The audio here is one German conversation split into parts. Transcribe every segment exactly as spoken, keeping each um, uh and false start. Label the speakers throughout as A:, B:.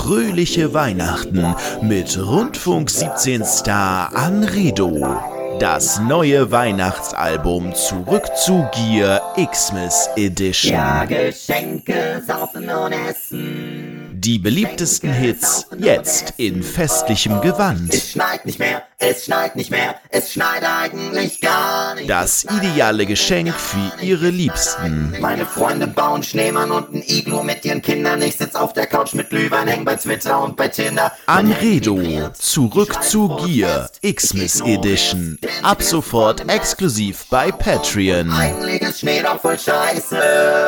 A: fröhliche Weihnachten mit Rundfunk siebzehn Star Anredo. Das neue Weihnachtsalbum Zurück zu Gier Xmas Edition.
B: Ja, Geschenke, saufen und essen.
A: Die beliebtesten Hits jetzt in festlichem Gewand.
B: Es schneit nicht mehr, es schneit nicht mehr, es schneit eigentlich gar nicht.
A: Das ideale Geschenk für ihre Liebsten.
B: Meine Freunde bauen Schneemann und ein Iglu mit ihren Kindern. Ich sitz auf der Couch mit Glühwein, häng bei Twitter und bei Tinder.
A: Anredo, Zurück zu Gier Xmas Edition. Ab sofort exklusiv bei Patreon.
B: Eigentlich ist Schnee doch voll scheiße.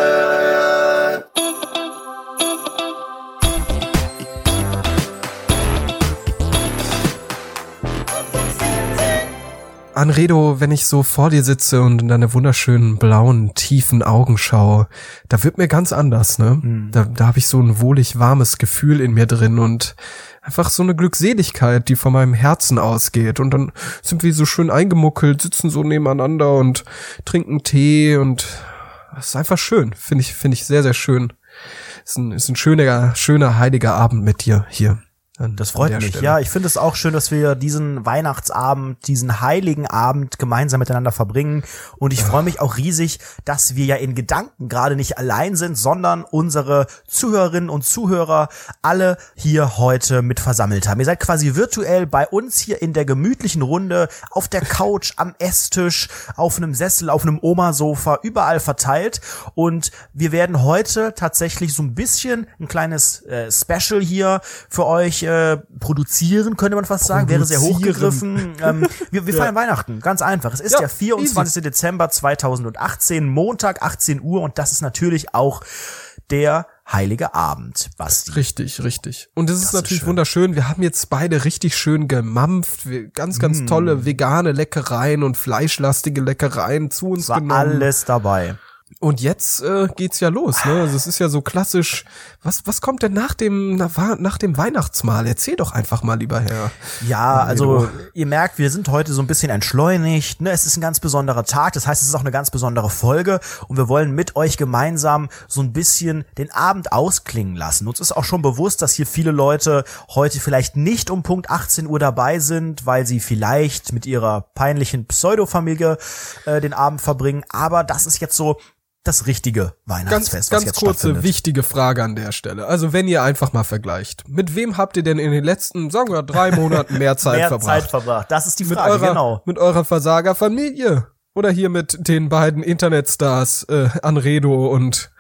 C: Anredo, wenn ich so vor dir sitze und in deine wunderschönen, blauen, tiefen Augen schaue, da wird mir ganz anders, ne? Mhm. Da, da habe ich so ein wohlig warmes Gefühl in mir drin und einfach so eine Glückseligkeit, die von meinem Herzen ausgeht. Und dann sind wir so schön eingemuckelt, sitzen so nebeneinander und trinken Tee und das ist einfach schön. Finde ich, finde ich sehr, sehr schön. Ist ein, ist ein schöner, schöner, heiliger Abend mit dir hier.
D: Das freut mich, Stelle. Ja. Ich finde es auch schön, dass wir diesen Weihnachtsabend, diesen heiligen Abend gemeinsam miteinander verbringen. Und ich freue mich auch riesig, dass wir ja in Gedanken gerade nicht allein sind, sondern unsere Zuhörerinnen und Zuhörer alle hier heute mit versammelt haben. Ihr seid quasi virtuell bei uns hier in der gemütlichen Runde, auf der Couch, am Esstisch, auf einem Sessel, auf einem Oma-Sofa, überall verteilt. Und wir werden heute tatsächlich so ein bisschen ein kleines äh, Special hier für euch produzieren, könnte man fast sagen, wäre sehr hochgegriffen. Ähm, wir wir feiern ja. Weihnachten, ganz einfach. Es ist ja, der vierundzwanzigster Dezember zweitausendachtzehn, Montag, achtzehn Uhr und das ist natürlich auch der heilige Abend, Basti.
C: Richtig, richtig. Und es ist natürlich ist wunderschön. Wir haben jetzt beide richtig schön gemampft, ganz, ganz mm. tolle vegane Leckereien und fleischlastige Leckereien zu uns
D: es war
C: genommen.
D: Alles dabei.
C: Und jetzt äh, geht's ja los, ne? Also es ist ja so klassisch. Was was kommt denn nach dem nach, nach dem Weihnachtsmahl? Erzähl doch einfach mal, lieber Herr.
D: Ja, also ihr merkt, wir sind heute so ein bisschen entschleunigt, ne? Es ist ein ganz besonderer Tag, das heißt, es ist auch eine ganz besondere Folge und wir wollen mit euch gemeinsam so ein bisschen den Abend ausklingen lassen. Uns ist auch schon bewusst, dass hier viele Leute heute vielleicht nicht um Punkt achtzehn Uhr dabei sind, weil sie vielleicht mit ihrer peinlichen Pseudo-Familie äh, den Abend verbringen, aber das ist jetzt so das richtige Weihnachtsfest,
C: ganz,
D: was jetzt
C: ganz kurze,
D: stattfindet.
C: Wichtige Frage an der Stelle. Also wenn ihr einfach mal vergleicht, mit wem habt ihr denn in den letzten, sagen wir, drei Monaten mehr Zeit
D: mehr
C: verbracht?
D: Mehr Zeit verbracht, das ist die
C: mit
D: Frage,
C: eurer,
D: genau.
C: Mit eurer Versagerfamilie? Oder hier mit den beiden Internetstars, äh, Anredo und,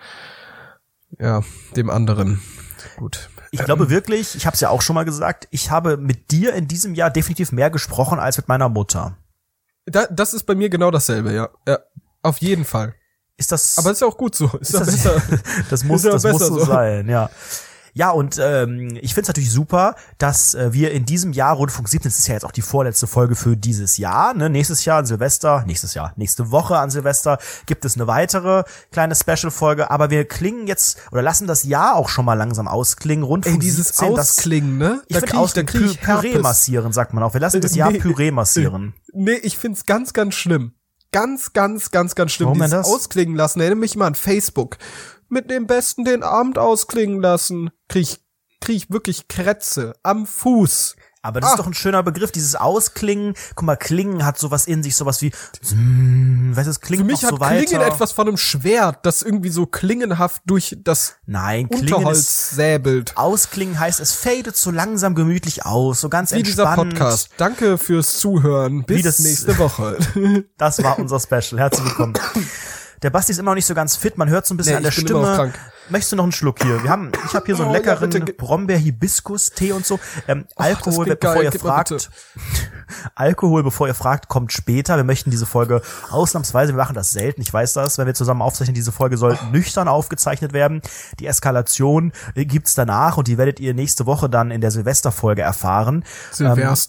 C: ja, dem anderen. Gut.
D: Ich glaube wirklich, ich habe es ja auch schon mal gesagt, ich habe mit dir in diesem Jahr definitiv mehr gesprochen als mit meiner Mutter.
C: Da, das ist bei mir genau dasselbe, ja. Ja, auf jeden Fall.
D: Ist das?
C: Aber ist ja auch gut so. Ist,
D: ist
C: ja
D: das
C: besser.
D: Das muss, das muss so, so sein, ja. Ja, und ähm, ich find's natürlich super, dass äh, wir in diesem Jahr Rundfunk siebzehn, das ist ja jetzt auch die vorletzte Folge für dieses Jahr, ne? Nächstes Jahr an Silvester, nächstes Jahr, nächste Woche an Silvester gibt es eine weitere kleine Special-Folge, aber wir klingen jetzt, oder lassen das Jahr auch schon mal langsam ausklingen. Rundfunk
C: Ey, dieses
D: siebzehn,
C: Ausklingen, ne?
D: Ich finde aus, da krieg ich Püree massieren, sagt man auch. Wir lassen das Jahr nee, Püree massieren.
C: Nee, ich find's ganz, ganz schlimm. Ganz, ganz, ganz, ganz schlimm.
D: Warum
C: Dieses
D: das?
C: Ausklingen lassen. Erinnere mich mal an Facebook. Mit dem Besten den Abend ausklingen lassen. Krieg ich, krieg ich wirklich Krätze am Fuß.
D: Aber das ah. ist doch ein schöner Begriff, dieses Ausklingen. Guck mal, Klingen hat sowas in sich, sowas wie, mm, weißt du, es klingt
C: Für mich
D: noch
C: hat
D: so weiter.
C: Klingen etwas von einem Schwert, das irgendwie so klingenhaft durch das
D: Nein,
C: Unterholz säbelt.
D: Ausklingen heißt, es fadet so langsam gemütlich aus, so ganz
C: wie
D: entspannt.
C: Wie dieser Podcast. Danke fürs Zuhören. Bis
D: wie das,
C: nächste Woche.
D: Das war unser Special. Herzlich willkommen. Der Basti ist immer noch nicht so ganz fit, man hört so ein bisschen
C: nee,
D: an der
C: ich bin
D: Stimme.
C: Immer noch krank.
D: Möchtest du noch einen Schluck hier? Wir haben, ich habe hier so einen
C: oh,
D: leckeren
C: ja,
D: Brombeer-Hibiskus-Tee und so. Ähm,
C: Och,
D: Alkohol, bevor
C: geil.
D: ihr
C: Gib
D: fragt. Alkohol, bevor ihr fragt, kommt später. Wir möchten diese Folge ausnahmsweise, wir machen das selten, ich weiß das, wenn wir zusammen aufzeichnen, diese Folge soll oh. nüchtern aufgezeichnet werden. Die Eskalation äh, gibt's danach und die werdet ihr nächste Woche dann in der Silvesterfolge erfahren.
C: Silvester.
D: Ähm,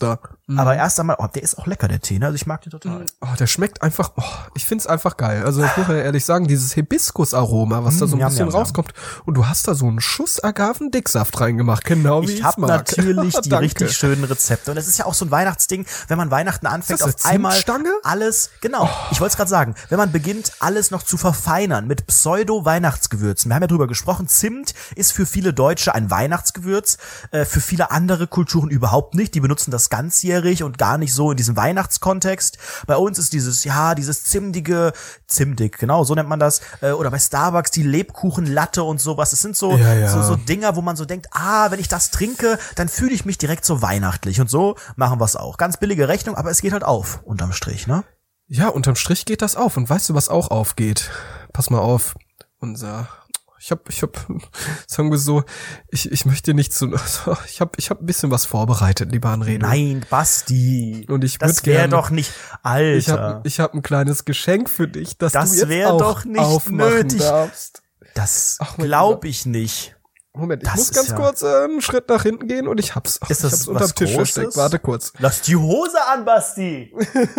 D: Aber erst einmal, oh, der ist auch lecker, der Tee, ne? Also ich mag den total.
C: Oh, der schmeckt einfach, oh, ich find's einfach geil. Also ich muss ja ehrlich sagen, dieses Hibiskus-Aroma, was da so ein
D: Mm,
C: bisschen
D: jam, jam,
C: rauskommt. Und du hast da so einen Schuss Agavendicksaft reingemacht, genau wie
D: ich
C: ich's
D: hab
C: mag.
D: natürlich die
C: Danke.
D: richtig schönen Rezepte. Und das ist ja auch so ein Weihnachtsding, wenn man Weihnachten anfängt,
C: Ist das
D: auf
C: eine
D: einmal
C: Zimtstange?
D: alles, genau, ich wollte es gerade sagen, wenn man beginnt, alles noch zu verfeinern mit Pseudo-Weihnachtsgewürzen. Wir haben ja drüber gesprochen, Zimt ist für viele Deutsche ein Weihnachtsgewürz, äh, für viele andere Kulturen überhaupt nicht. Die benutzen das ganzjährig und gar nicht so in diesem Weihnachtskontext. Bei uns ist dieses, ja, dieses zimtige, zimtig, genau, so nennt man das, äh, oder bei Starbucks die Lebkuchenlatte und sowas. Das sind so,
C: Ja, ja.
D: so, so Dinger, wo man so denkt, ah, wenn ich das trinke, dann fühle ich mich direkt so weihnachtlich. Und so machen wir es auch. Ganz billige Rechnung, aber es geht halt auf, unterm Strich, ne?
C: Ja, unterm Strich geht das auf. Und weißt du, was auch aufgeht? Pass mal auf. Unser, ich hab, ich hab, sagen wir so, ich, ich möchte nicht zu, ich hab, ich hab ein bisschen was vorbereitet, lieber Anredo.
D: Nein, Basti.
C: Und ich
D: das
C: würd
D: wäre
C: gerne-
D: doch nicht, Alter.
C: Ich hab, ich hab ein kleines Geschenk für dich, das,
D: Das
C: du jetzt
D: wär
C: auch
D: doch nicht
C: aufmachen
D: nötig.
C: darfst.
D: das
C: Ach, mein
D: glaub ich nicht.
C: Moment, ich
D: Das
C: muss
D: ist
C: ganz
D: ja-
C: kurz äh, einen Schritt nach hinten gehen und ich hab's. Ach,
D: Ist
C: ich
D: das
C: hab's
D: was
C: unterm Tisch
D: Großes?
C: versteckt. Warte kurz.
D: Lass die Hose an, Basti.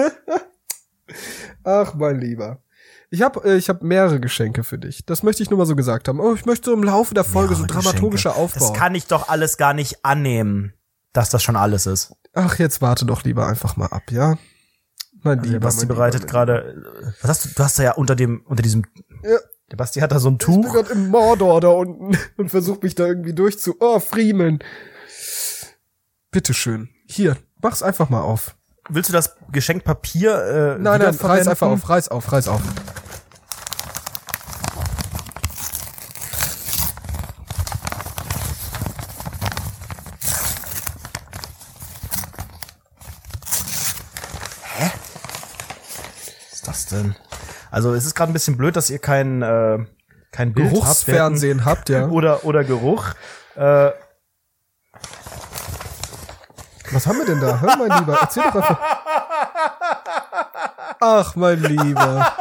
C: Ach, mein Lieber. Ich hab, äh, ich hab mehrere Geschenke für dich. Das möchte ich nur mal so gesagt haben. Oh, ich möchte so im Laufe der Folge so
D: Mehrere
C: dramaturgischer
D: Geschenke.
C: Aufbau.
D: Das kann ich doch alles gar nicht annehmen, dass das schon alles ist.
C: Ach, jetzt warte doch lieber einfach mal ab, ja? Mein
D: Also der
C: Lieber,
D: Basti
C: mein
D: bereitet
C: Lieber, mein
D: gerade, was hast du, du hast da ja unter dem, unter diesem,
C: Ja.
D: der Basti hat da so ein
C: Ich bin
D: Tuch.
C: gerade im Mordor da unten und versuch mich da irgendwie durchzu, oh, friemeln. Bitteschön. Hier, mach's einfach mal auf.
D: Willst du das Geschenkpapier, äh,
C: Nein, nein, reiß
D: wiederverwenden?
C: einfach auf, reiß auf, reiß auf.
D: Was ist das denn? Also es ist gerade ein bisschen blöd, dass ihr kein äh, kein Bild
C: Geruchsfernsehen habt,
D: habt wir
C: ja.
D: hätten- oder oder Geruch. Äh,
C: Was haben wir denn da? Hör, mein Lieber, erzähl doch einfach. Ach, mein Lieber.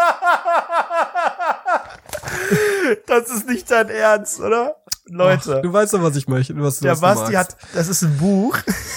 D: das ist nicht dein Ernst, oder? Leute,
C: Ach, du weißt doch, was ich möchte. Was,
D: der
C: was du
D: Basti
C: magst.
D: hat, das ist ein Buch.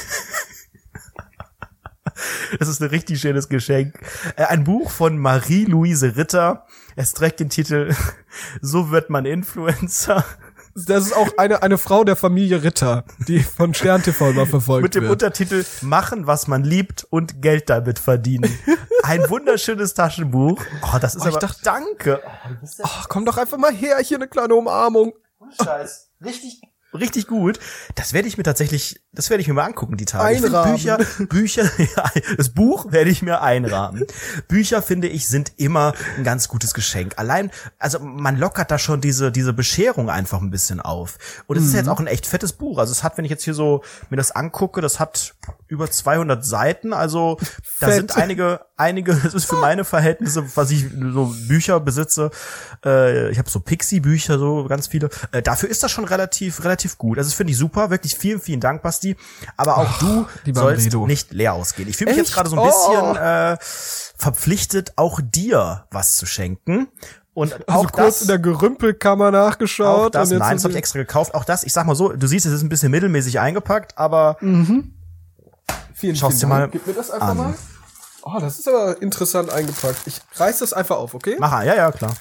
D: Das ist ein richtig schönes Geschenk. Äh, Ein Buch von Marie-Louise Ritter. Es trägt den Titel So wird man Influencer.
C: Das ist auch eine, eine Frau der Familie Ritter, die von Stern T V immer verfolgt
D: Mit dem
C: wird.
D: Untertitel Machen, was man liebt und Geld damit verdienen. Ein wunderschönes Taschenbuch. Oh, das ist
C: Oh, ich
D: aber,
C: dachte-
D: danke. Oh, du bist ja
C: Ach, komm doch einfach mal her, hier eine kleine Umarmung.
D: Scheiß. Richtig, richtig gut. Das werde ich mir tatsächlich, das werde ich mir mal angucken, die Tage. Ich find
C: Einrahmen.
D: Bücher, Bücher, ja, das Buch werde ich mir einrahmen. Bücher, finde ich, sind immer ein ganz gutes Geschenk. Allein, also man lockert da schon diese, diese Bescherung einfach ein bisschen auf. Und es ist jetzt auch ein echt fettes Buch. Also es hat, wenn ich jetzt hier so mir das angucke, das hat über zweihundert Seiten. Also da
C: Fett.
D: sind einige, einige, das ist für meine Verhältnisse, was ich so Bücher besitze. Äh, ich habe so Pixie-Bücher, so ganz viele. Äh, dafür ist das schon relativ, relativ gut. Also das finde ich super. Wirklich vielen, vielen Dank, Basti. Aber auch du
C: lieber
D: sollst
C: Amredo.
D: nicht leer ausgehen. Ich fühle mich jetzt
C: Echt?
D: gerade so ein bisschen
C: Oh.
D: äh, verpflichtet, auch dir was zu schenken. Und
C: Also
D: auch
C: kurz
D: das,
C: in der Gerümpelkammer
D: auch
C: nachgeschaut.
D: das,
C: und jetzt
D: nein, das
C: sind
D: habe ich extra gekauft. Auch das, ich sag mal so, du siehst, es ist ein bisschen mittelmäßig eingepackt, aber
C: Vielen,
D: Schaust
C: vielen
D: dir
C: Dank.
D: mal
C: Gib mir das einfach
D: an.
C: mal. Oh, das ist aber interessant eingepackt. Ich reiß das einfach auf, okay?
D: mach ja, ja, klar.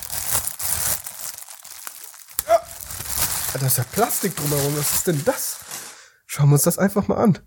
C: Da ist ja Plastik drumherum. Was ist denn das? Schauen wir uns das einfach mal an.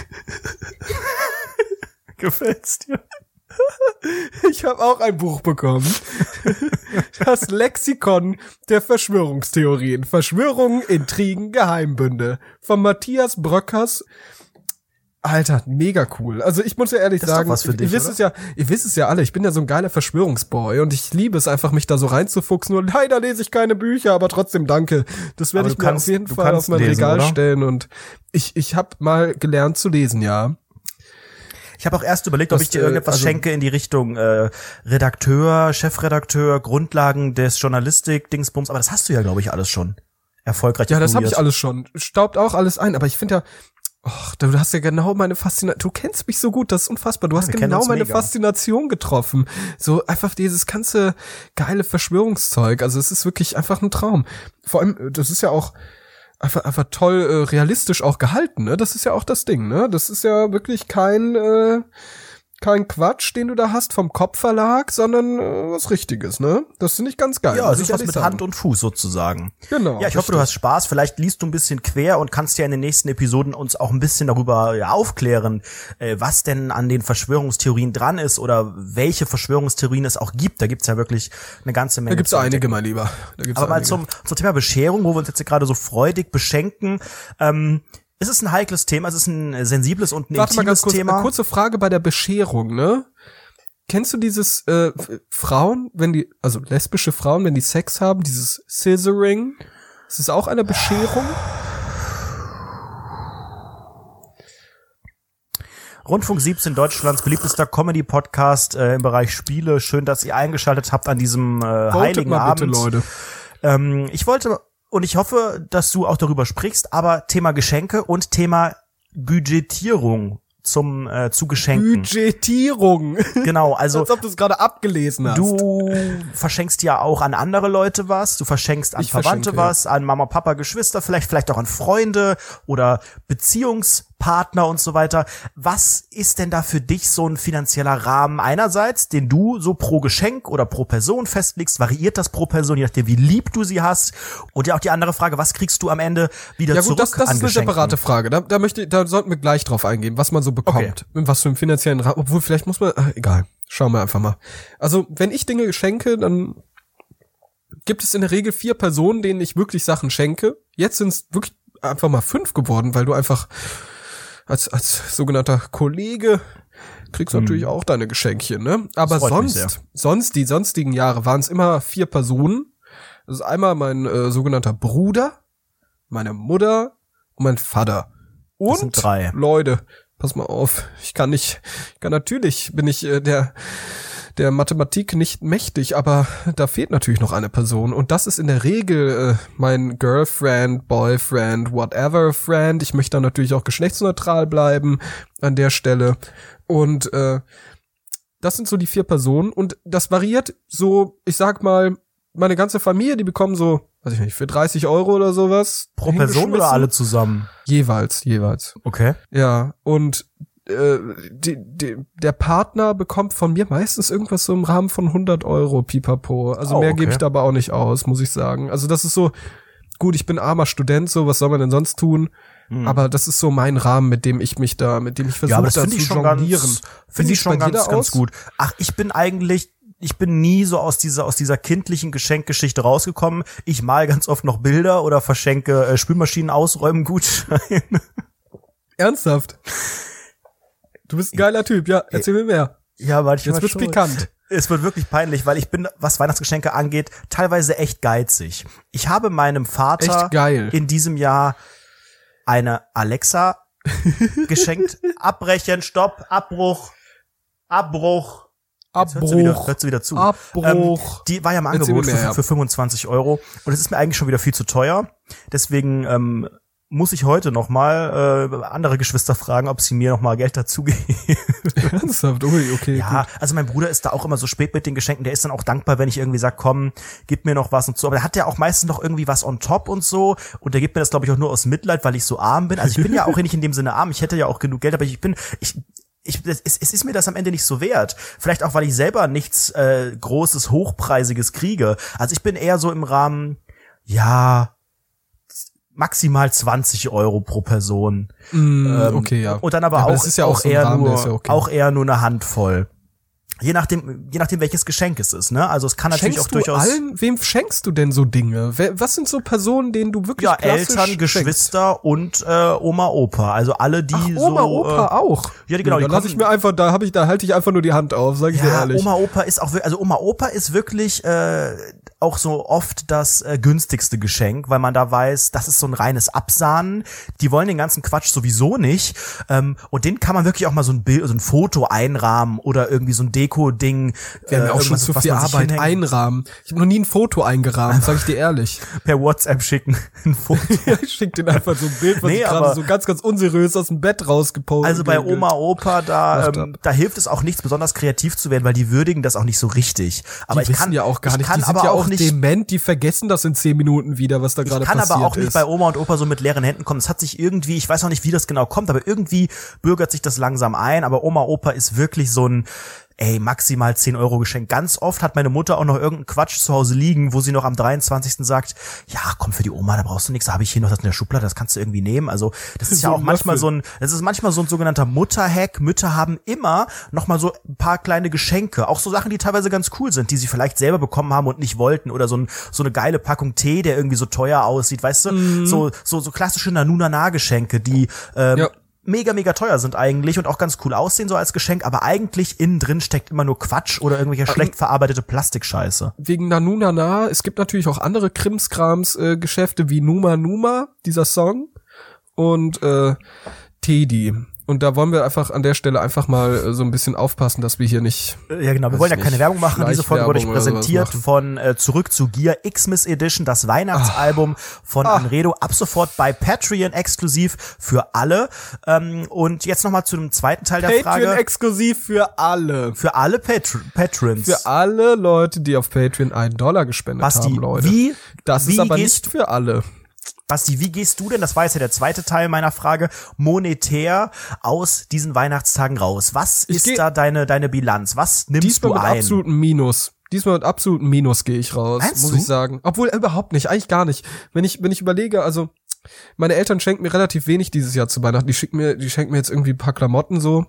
D: Gefällt's dir?
C: Ich habe auch ein Buch bekommen. Das Lexikon der Verschwörungstheorien. Verschwörungen, Intrigen, Geheimbünde. Von Matthias Bröckers. Alter, mega cool. Also ich muss ja ehrlich
D: Das ist doch
C: sagen,
D: was für dich,
C: ihr wisst
D: oder?
C: es ja, ihr wisst es ja alle, ich bin ja so ein geiler Verschwörungsboy und ich liebe es einfach, mich da so reinzufuchsen und leider lese ich keine Bücher, aber trotzdem danke. Das werde
D: Aber
C: ich
D: du
C: mir
D: kannst-
C: auf jeden
D: du
C: Fall
D: kannst
C: auf mein
D: lesen,
C: Regal
D: oder?
C: stellen und ich, ich habe mal gelernt zu lesen, ja.
D: Ich habe auch erst überlegt, ob
C: Das,
D: ich dir
C: äh,
D: irgendetwas
C: also-
D: schenke in die Richtung äh, Redakteur, Chefredakteur, Grundlagen des Journalistik, Dingsbums, aber das hast du ja, glaube ich, alles schon erfolgreich
C: Ja, das habe ich
D: ignoriert.
C: alles schon. Staubt auch alles ein, aber ich finde ja, ach, du hast ja genau meine Faszination. Du kennst mich so gut, das ist unfassbar. Du hast
D: wir kennen
C: genau
D: uns
C: meine
D: mega.
C: Faszination getroffen. So einfach dieses ganze geile Verschwörungszeug. Also es ist wirklich einfach ein Traum. Vor allem, das ist ja auch, einfach, einfach toll äh, realistisch auch gehalten, ne? Das ist ja auch das Ding, ne? Das ist ja wirklich kein äh, kein Quatsch, den du da hast vom Kopfverlag, sondern äh, was Richtiges, ne? Das finde ich ganz geil.
D: Ja, es ist was mit sagen. Hand und Fuß sozusagen.
C: Genau.
D: Ja, ich hoffe, du hast Spaß. Vielleicht liest du ein bisschen quer und kannst ja in den nächsten Episoden uns auch ein bisschen darüber ja, aufklären, äh, was denn an den Verschwörungstheorien dran ist oder welche Verschwörungstheorien es auch gibt. Da gibt's ja wirklich eine ganze Menge.
C: Da gibt's einige, mein Lieber. Da gibt's
D: Aber
C: einige.
D: mal zum, zum Thema Bescherung, wo wir uns jetzt gerade so freudig beschenken. Ähm, Es ist ein heikles Thema, es ist ein sensibles und ein
C: Warte mal ganz
D: intimes
C: kurz,
D: Thema.
C: Eine kurze Frage bei der Bescherung, ne? Kennst du dieses äh, Frauen, wenn die, also lesbische Frauen, wenn die Sex haben, dieses Scissoring? Ist das auch eine Bescherung?
D: Rundfunk siebzehn, Deutschlands beliebtester Comedy-Podcast äh, im Bereich Spiele. Schön, dass ihr eingeschaltet habt an diesem äh, heiligen
C: mal
D: Abend.
C: bitte, Leute.
D: Ähm, ich wollte Und ich hoffe, dass du auch darüber sprichst, aber Thema Geschenke und Thema Budgetierung zum äh, zu Geschenken.
C: Budgetierung.
D: Genau, also
C: als ob du es gerade abgelesen hast.
D: Du verschenkst ja auch an andere Leute was, du verschenkst an
C: Ich
D: Verwandte
C: verschenke,
D: was, an Mama, Papa, Geschwister, vielleicht vielleicht auch an Freunde oder Beziehungspartner und so weiter. Was ist denn da für dich so ein finanzieller Rahmen einerseits, den du so pro Geschenk oder pro Person festlegst? Variiert das pro Person, je nachdem wie lieb du sie hast? Und ja auch die andere Frage, was kriegst du am Ende wieder
C: ja,
D: zurück
C: gut, das, das
D: an
C: ist eine
D: Geschenken?
C: separate Frage. Da, da möchte, da sollten wir gleich drauf eingehen, was man so bekommt,
D: Okay.
C: in was für einem finanziellen Rahmen. Obwohl vielleicht muss man, ach, egal, schauen wir einfach mal. Also wenn ich Dinge schenke, dann gibt es in der Regel vier Personen, denen ich wirklich Sachen schenke. Jetzt sind es wirklich einfach mal fünf geworden, weil du einfach als als sogenannter Kollege kriegst du
D: Hm.
C: natürlich auch deine Geschenkchen, ne? Aber
D: freut mich sehr.
C: sonst, sonst die sonstigen Jahre waren es immer vier Personen. Das ist einmal mein äh, sogenannter Bruder, meine Mutter und mein Vater. Und
D: Das sind drei.
C: Leute, pass mal auf, ich kann nicht, ich kann natürlich, bin ich äh, der der Mathematik nicht mächtig, aber da fehlt natürlich noch eine Person und das ist in der Regel äh, mein Girlfriend, Boyfriend, whatever Friend. Ich möchte dann natürlich auch geschlechtsneutral bleiben an der Stelle und äh, das sind so die vier Personen und das variiert so, ich sag mal, meine ganze Familie, die bekommen so, weiß ich nicht, für dreißig Euro oder sowas.
D: Pro Person oder alle zusammen?
C: Jeweils, jeweils.
D: Okay.
C: Ja, und äh, die, die, der Partner bekommt von mir meistens irgendwas so im Rahmen von hundert Euro, pipapo. Also
D: Oh,
C: mehr
D: okay.
C: gebe ich dabei auch nicht aus, muss ich sagen. Also das ist so, gut, ich bin armer Student, so, was soll man denn sonst tun?
D: Hm.
C: Aber das ist so mein Rahmen, mit dem ich mich da, mit dem ich
D: Ja, aber
C: versuche,
D: das
C: da
D: finde
C: zu
D: ich schon ganz,
C: jonglieren.
D: finde ich
C: sieht's
D: schon
C: bei dir
D: ganz,
C: da
D: ganz
C: aus?
D: gut. Ach, ich bin eigentlich, ich bin nie so aus dieser, aus dieser kindlichen Geschenkgeschichte rausgekommen. Ich mal ganz oft noch Bilder oder verschenke äh, Spülmaschinen ausräumen Gutscheine.
C: Ernsthaft? Du bist ein geiler Typ, ja, erzähl mir mehr.
D: Ja, manchmal
C: Jetzt wird's
D: schon.
C: pikant.
D: Es wird wirklich peinlich, weil ich bin, was Weihnachtsgeschenke angeht, teilweise echt geizig. Ich habe meinem Vater
C: Echt geil.
D: in diesem Jahr eine Alexa geschenkt. Abbrechen, Stopp, Abbruch, Abbruch. Jetzt hört sie wieder,
C: Abbruch.
D: hört sie wieder zu.
C: Abbruch.
D: Ähm, die war ja im
C: Erzähl
D: Angebot
C: mir mehr,
D: für,
C: ja.
D: für fünfundzwanzig Euro und es ist mir eigentlich schon wieder viel zu teuer. Deswegen ähm, muss ich heute noch mal äh, andere Geschwister fragen, ob sie mir noch mal Geld dazu geben.
C: Ernsthaft? Ui, okay,
D: Ja,
C: gut.
D: also mein Bruder ist da auch immer so spät mit den Geschenken. Der ist dann auch dankbar, wenn ich irgendwie sag, komm, gib mir noch was und so. Aber der hat ja auch meistens noch irgendwie was on top und so. Und der gibt mir das, glaube ich, auch nur aus Mitleid, weil ich so arm bin. Also ich bin ja auch nicht in dem Sinne arm. Ich hätte ja auch genug Geld, aber ich bin, ich, ich, es, es ist mir das am Ende nicht so wert. Vielleicht auch, weil ich selber nichts äh, Großes, Hochpreisiges kriege. Also ich bin eher so im Rahmen, ja, maximal zwanzig Euro pro Person.
C: Mm,
D: Ähm,
C: okay, ja.
D: Und dann aber,
C: Ja, aber
D: auch,
C: das ist ja
D: auch,
C: auch so ein
D: eher
C: Rahmen, der
D: nur,
C: ist ja okay.
D: auch eher nur eine Handvoll. Je nachdem, je nachdem welches Geschenk es ist, ne? Also es kann natürlich
C: Schenkst
D: auch
C: du
D: durchaus
C: allen, wem schenkst du denn so Dinge? Wer, was sind so Personen, denen du wirklich
D: ja
C: klassisch
D: Eltern,
C: schenkst?
D: Geschwister und äh, Oma, Opa. Also alle, die
C: Ach,
D: so
C: Oma, Opa
D: äh,
C: auch.
D: Ja, genau,
C: Da
D: die
C: lass ich
D: kommen-
C: mir einfach, da habe ich, da halte ich einfach nur die Hand auf, sag ich dir
D: Ja,
C: ehrlich.
D: Oma, Opa ist auch wir- also Oma, Opa ist wirklich äh, auch so oft das äh, günstigste Geschenk, weil man da weiß, das ist so ein reines Absahnen. Die wollen den ganzen Quatsch sowieso nicht. Ähm, und den kann man wirklich auch mal so ein Bild, so ein Foto einrahmen oder irgendwie so ein Deko-Ding.
C: Wäre mir auch schon
D: irgendwas,
C: zu
D: was
C: viel
D: man sich
C: Arbeit
D: hinhängen-
C: einrahmen. Ich habe noch nie ein Foto eingerahmt, sag ich dir ehrlich.
D: per WhatsApp schicken. Ein Foto.
C: Ich schick dir einfach so ein Bild, was
D: Nee,
C: ich
D: aber-
C: gerade so ganz, ganz unseriös aus dem Bett rausgepostet.
D: Also bei Oma, Opa, da,
C: Macht
D: ähm,
C: ab.
D: da hilft es auch nichts, besonders kreativ zu werden, weil die würdigen das auch nicht so richtig. Aber
C: Die
D: ich
C: wissen
D: kann
C: ja auch gar
D: ich
C: nicht,
D: kann
C: die sind
D: aber
C: ja
D: auch
C: auch,
D: nicht
C: dement, die vergessen das in zehn Minuten wieder, was da gerade passiert ist.
D: Ich kann aber auch nicht bei Oma und Opa so mit leeren Händen kommen. Es hat sich irgendwie, ich weiß auch nicht, wie das genau kommt, aber irgendwie bürgert sich das langsam ein. Aber Oma, Opa ist wirklich so ein, ey, maximal zehn Euro Geschenk. Ganz oft hat meine Mutter auch noch irgendeinen Quatsch zu Hause liegen, wo sie noch am dreiundzwanzigsten sagt, ja, komm, für die Oma, da brauchst du nichts, da habe ich hier noch das in der Schublade, das kannst du irgendwie nehmen. Also das ist so ja auch manchmal so ein, das ist manchmal so ein sogenannter Mutterhack. Mütter haben immer noch mal so ein paar kleine Geschenke, auch so Sachen, die teilweise ganz cool sind, die sie vielleicht selber bekommen haben und nicht wollten, oder so ein, so eine geile Packung Tee, der irgendwie so teuer aussieht, weißt du, mhm. so so so klassische Nanu-Nana-Geschenke, die ähm, ja. mega, mega teuer sind eigentlich und auch ganz cool aussehen so als Geschenk, aber eigentlich innen drin steckt immer nur Quatsch oder irgendwelche um, schlecht verarbeitete Plastikscheiße.
C: Wegen Nanu Nana, es gibt natürlich auch andere Krimskrams-Geschäfte äh, wie Numa Numa, dieser Song, und äh, Teddy. Und da wollen wir einfach an der Stelle einfach mal äh, so ein bisschen aufpassen, dass wir hier nicht...
D: Ja genau, wir wollen ja keine Werbung machen. Diese Folge wurde euch präsentiert von äh, Zurück zu Gear, Xmas Edition, das Weihnachtsalbum Ach. von Ach. Anredo, ab sofort bei Patreon exklusiv für alle. Ähm, und jetzt nochmal zu dem zweiten Teil der
C: Patreon
D: Frage.
C: Patreon exklusiv für alle.
D: Für alle Patr- Patrons.
C: Für alle Leute, die auf Patreon einen Dollar gespendet
D: Basti,
C: haben, Leute.
D: Wie,
C: das
D: wie
C: ist aber nicht für alle.
D: Basti, wie gehst du denn, das war jetzt ja der zweite Teil meiner Frage, monetär aus diesen Weihnachtstagen raus? Was
C: ich
D: ist da deine deine Bilanz? Was nimmst
C: diesmal
D: du ein?
C: Diesmal mit absolutem Minus. Diesmal mit absolutem Minus gehe ich raus,
D: Meinst
C: muss
D: du?
C: ich sagen. Obwohl, überhaupt nicht, eigentlich gar nicht. Wenn ich wenn ich überlege, also meine Eltern schenken mir relativ wenig dieses Jahr zu Weihnachten. Die schicken mir, die schenken mir jetzt irgendwie ein paar Klamotten so.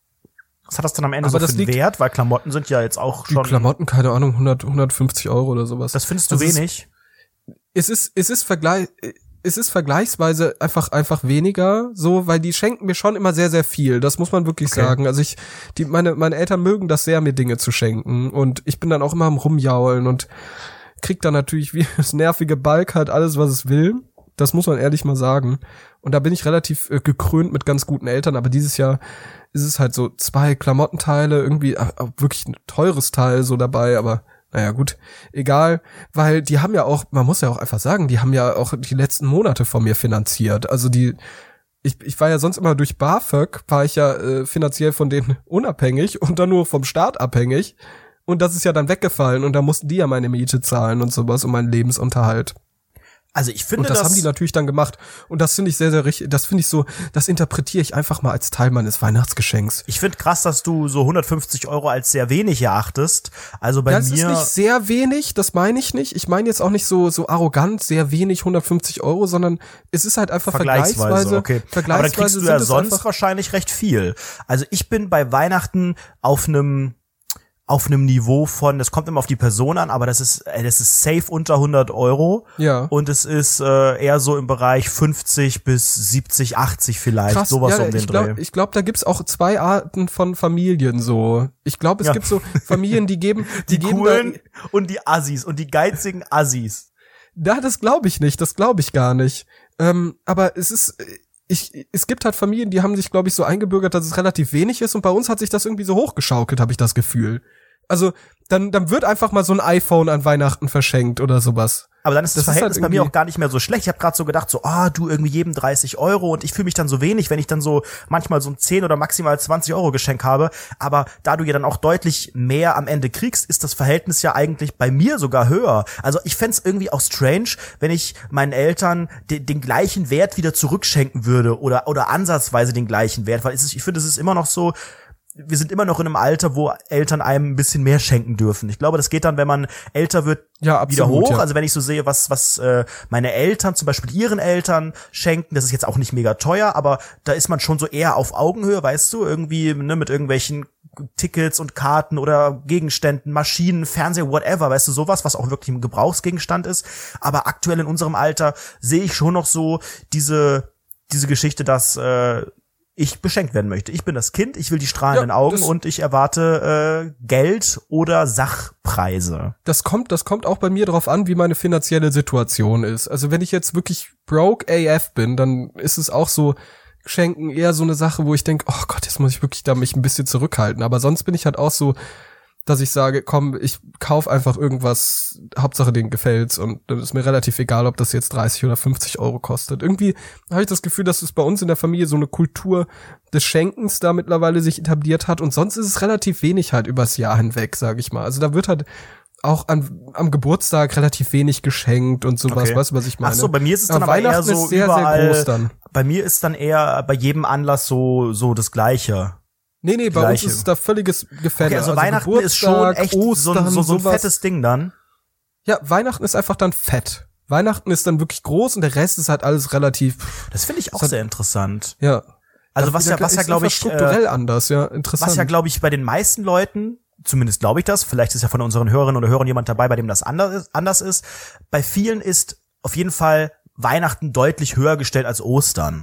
D: Was hat das dann am Ende
C: aber
D: so für einen Wert? Weil Klamotten sind ja jetzt auch schon...
C: Die Klamotten, keine Ahnung, hundert, hundertfünfzig Euro oder sowas.
D: Das findest du
C: das
D: wenig?
C: Ist, es ist, es ist Vergleich... Es ist vergleichsweise einfach einfach weniger, so, weil die schenken mir schon immer sehr sehr viel. Das muss man wirklich okay. sagen. Also ich, die meine meine Eltern mögen das sehr, mir Dinge zu schenken, und ich bin dann auch immer am rumjaulen und krieg dann natürlich wie das nervige Balk halt alles, was es will. Das muss man ehrlich mal sagen. Und da bin ich relativ äh, gekrönt mit ganz guten Eltern. Aber dieses Jahr ist es halt so zwei Klamottenteile, irgendwie äh, wirklich ein teures Teil so dabei, aber naja, gut, egal, weil die haben ja auch, man muss ja auch einfach sagen, die haben ja auch die letzten Monate von mir finanziert. Also die, ich, ich war ja sonst immer durch BAföG, war ich ja äh, finanziell von denen unabhängig und dann nur vom Staat abhängig. Und das ist ja dann weggefallen und da mussten die ja meine Miete zahlen und sowas und meinen Lebensunterhalt.
D: Also ich finde,
C: und das,
D: das
C: haben die natürlich dann gemacht. Und das finde ich sehr, sehr richtig. Das finde ich so, das interpretiere ich einfach mal als Teil meines Weihnachtsgeschenks.
D: Ich finde krass, dass du so hundertfünfzig Euro als sehr wenig erachtest. Also bei
C: das
D: mir.
C: Das ist nicht sehr wenig, das meine ich nicht. Ich meine jetzt auch nicht so, so arrogant, sehr wenig, hundertfünfzig Euro, sondern es ist halt einfach vergleichsweise.
D: Vergleichsweise, okay.
C: Vergleichsweise
D: aber dann kriegst du ja sonst wahrscheinlich recht viel. Also ich bin bei Weihnachten auf einem, auf einem Niveau von, das kommt immer auf die Person an, aber das ist, das ist safe unter hundert Euro.
C: Ja.
D: Und es ist äh, eher so im Bereich fünfzig bis siebzig, achtzig vielleicht,
C: krass,
D: sowas
C: ja,
D: um den
C: ich glaub,
D: Dreh.
C: Ich glaube, da gibt's auch zwei Arten von Familien so. Ich glaube, es
D: ja.
C: gibt so Familien, die geben, die,
D: die
C: geben
D: coolen
C: da,
D: und die Assis und die geizigen Assis.
C: Da, das glaube ich nicht, das glaube ich gar nicht. Ähm, aber es ist, ich, es gibt halt Familien, die haben sich, glaube ich, so eingebürgert, dass es relativ wenig ist, und bei uns hat sich das irgendwie so hochgeschaukelt, habe ich das Gefühl. Also, dann, dann wird einfach mal so ein iPhone an Weihnachten verschenkt oder sowas.
D: Aber dann ist das, das Verhältnis ist halt bei mir auch gar nicht mehr so schlecht. Ich habe gerade so gedacht, so, ah, du irgendwie jedem dreißig Euro, und ich fühle mich dann so wenig, wenn ich dann so manchmal so ein zehn oder maximal zwanzig Euro Geschenk habe. Aber da du ja dann auch deutlich mehr am Ende kriegst, ist das Verhältnis ja eigentlich bei mir sogar höher. Also ich fänd's irgendwie auch strange, wenn ich meinen Eltern de- den gleichen Wert wieder zurückschenken würde oder oder ansatzweise den gleichen Wert, weil es ist, ich finde, es ist immer noch so, wir sind immer noch in einem Alter, wo Eltern einem ein bisschen mehr schenken dürfen. Ich glaube, das geht dann, wenn man älter wird,
C: ja, absolut,
D: wieder hoch.
C: Ja.
D: Also wenn ich so sehe, was was äh, meine Eltern zum Beispiel ihren Eltern schenken, das ist jetzt auch nicht mega teuer, aber da ist man schon so eher auf Augenhöhe, weißt du, irgendwie ne, mit irgendwelchen Tickets und Karten oder Gegenständen, Maschinen, Fernseher, whatever, weißt du, sowas, was auch wirklich ein Gebrauchsgegenstand ist. Aber aktuell in unserem Alter sehe ich schon noch so diese diese Geschichte, dass äh, ich beschenkt werden möchte. Ich bin das Kind, ich will die strahlenden ja, Augen und ich erwarte äh, Geld oder Sachpreise.
C: Das kommt, das kommt auch bei mir drauf an, wie meine finanzielle Situation ist. Also wenn ich jetzt wirklich broke A F bin, dann ist es auch so, Schenken eher so eine Sache, wo ich denke, oh Gott, jetzt muss ich wirklich da mich ein bisschen zurückhalten. Aber sonst bin ich halt auch so, dass ich sage, komm, ich kauf einfach irgendwas, Hauptsache denen gefällt's, und dann ist mir relativ egal, ob das jetzt dreißig oder fünfzig Euro kostet. Irgendwie habe ich das Gefühl, dass es bei uns in der Familie so eine Kultur des Schenkens da mittlerweile sich etabliert hat, und sonst ist es relativ wenig halt übers Jahr hinweg, sage ich mal. Also da wird halt auch an, am Geburtstag relativ wenig geschenkt und sowas,
D: Okay.
C: weißt du, was ich meine?
D: Ach so, bei mir ist es dann
C: aber
D: aber eher
C: Weihnachten
D: so
C: ist sehr,
D: überall,
C: sehr groß dann.
D: Bei mir ist dann eher bei jedem Anlass so so das Gleiche.
C: Nee, nee, bei
D: Gleiche.
C: uns ist da völliges Gefälle.
D: Okay, also,
C: also
D: Weihnachten ist schon
C: Geburtstag,
D: echt
C: Ostern,
D: so, so, so ein
C: sowas.
D: fettes Ding dann.
C: Ja, Weihnachten ist einfach dann fett. Weihnachten ist dann wirklich groß und der Rest ist halt alles relativ,
D: Das finde ich auch
C: Das hat-
D: sehr interessant.
C: ja.
D: Also
C: Da-
D: was ja,
C: da
D: was ja
C: ist
D: glaube
C: einfach
D: ich,
C: strukturell
D: äh,
C: anders, ja, interessant.
D: was ja glaube ich bei den meisten Leuten, zumindest glaube ich das, vielleicht ist ja von unseren Hörerinnen oder Hörern jemand dabei, bei dem das anders ist, anders ist. Bei vielen ist auf jeden Fall Weihnachten deutlich höher gestellt als Ostern.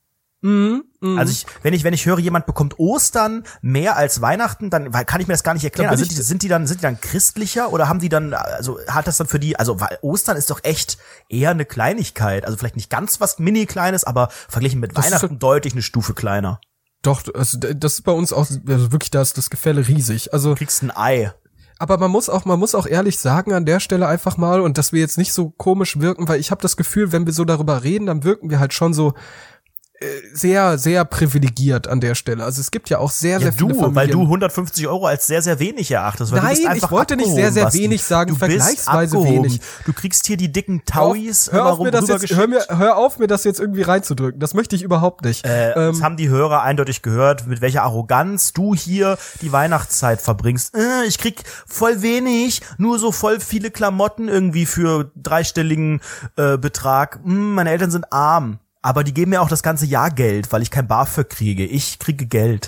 C: Mhm, mhm.
D: Also ich, wenn ich, wenn ich höre, jemand bekommt Ostern mehr als Weihnachten, dann weil- kann ich mir das gar nicht erklären.
C: Da bin
D: Also sind die,
C: ich-
D: sind die dann, sind die dann christlicher oder haben die dann, also hat das dann für die, also weil Ostern ist doch echt eher eine Kleinigkeit. Also vielleicht nicht ganz was mini Kleines, aber verglichen mit
C: Das ist
D: Weihnachten deutlich eine Stufe kleiner.
C: Doch, also d- das ist bei uns auch, also wirklich, da ist das Gefälle riesig. Also,
D: Du kriegst ein Ei.
C: aber man muss auch, man muss auch ehrlich sagen an der Stelle einfach mal, und dass wir jetzt nicht so komisch wirken, weil ich habe das Gefühl, wenn wir so darüber reden, dann wirken wir halt schon so äh, sehr, sehr privilegiert an der Stelle. Also es gibt ja auch sehr,
D: Ja,
C: sehr viele
D: du,
C: Familien.
D: weil du hundertfünfzig Euro als sehr, sehr wenig erachtest. Weil du bist
C: Nein,
D: einfach
C: ich wollte nicht sehr,
D: abgehoben,
C: sehr
D: Basti.
C: wenig sagen,
D: du
C: vergleichsweise
D: bist abgehoben.
C: wenig.
D: Du kriegst hier die dicken
C: Hör auf-
D: Tauis
C: hör
D: immer
C: auf,
D: rum
C: mir das jetzt, hör, mir,
D: rübergeschickt.
C: hör auf, mir das jetzt irgendwie reinzudrücken. Das möchte ich überhaupt nicht.
D: Äh,
C: ähm,
D: das haben die Hörer eindeutig gehört, mit welcher Arroganz du hier die Weihnachtszeit verbringst. Äh, ich krieg voll wenig, nur so voll viele Klamotten irgendwie für dreistelligen äh, Betrag. Hm, meine Eltern sind arm. Aber die geben mir auch das ganze Jahr Geld, weil ich kein BAföG kriege. Ich kriege Geld.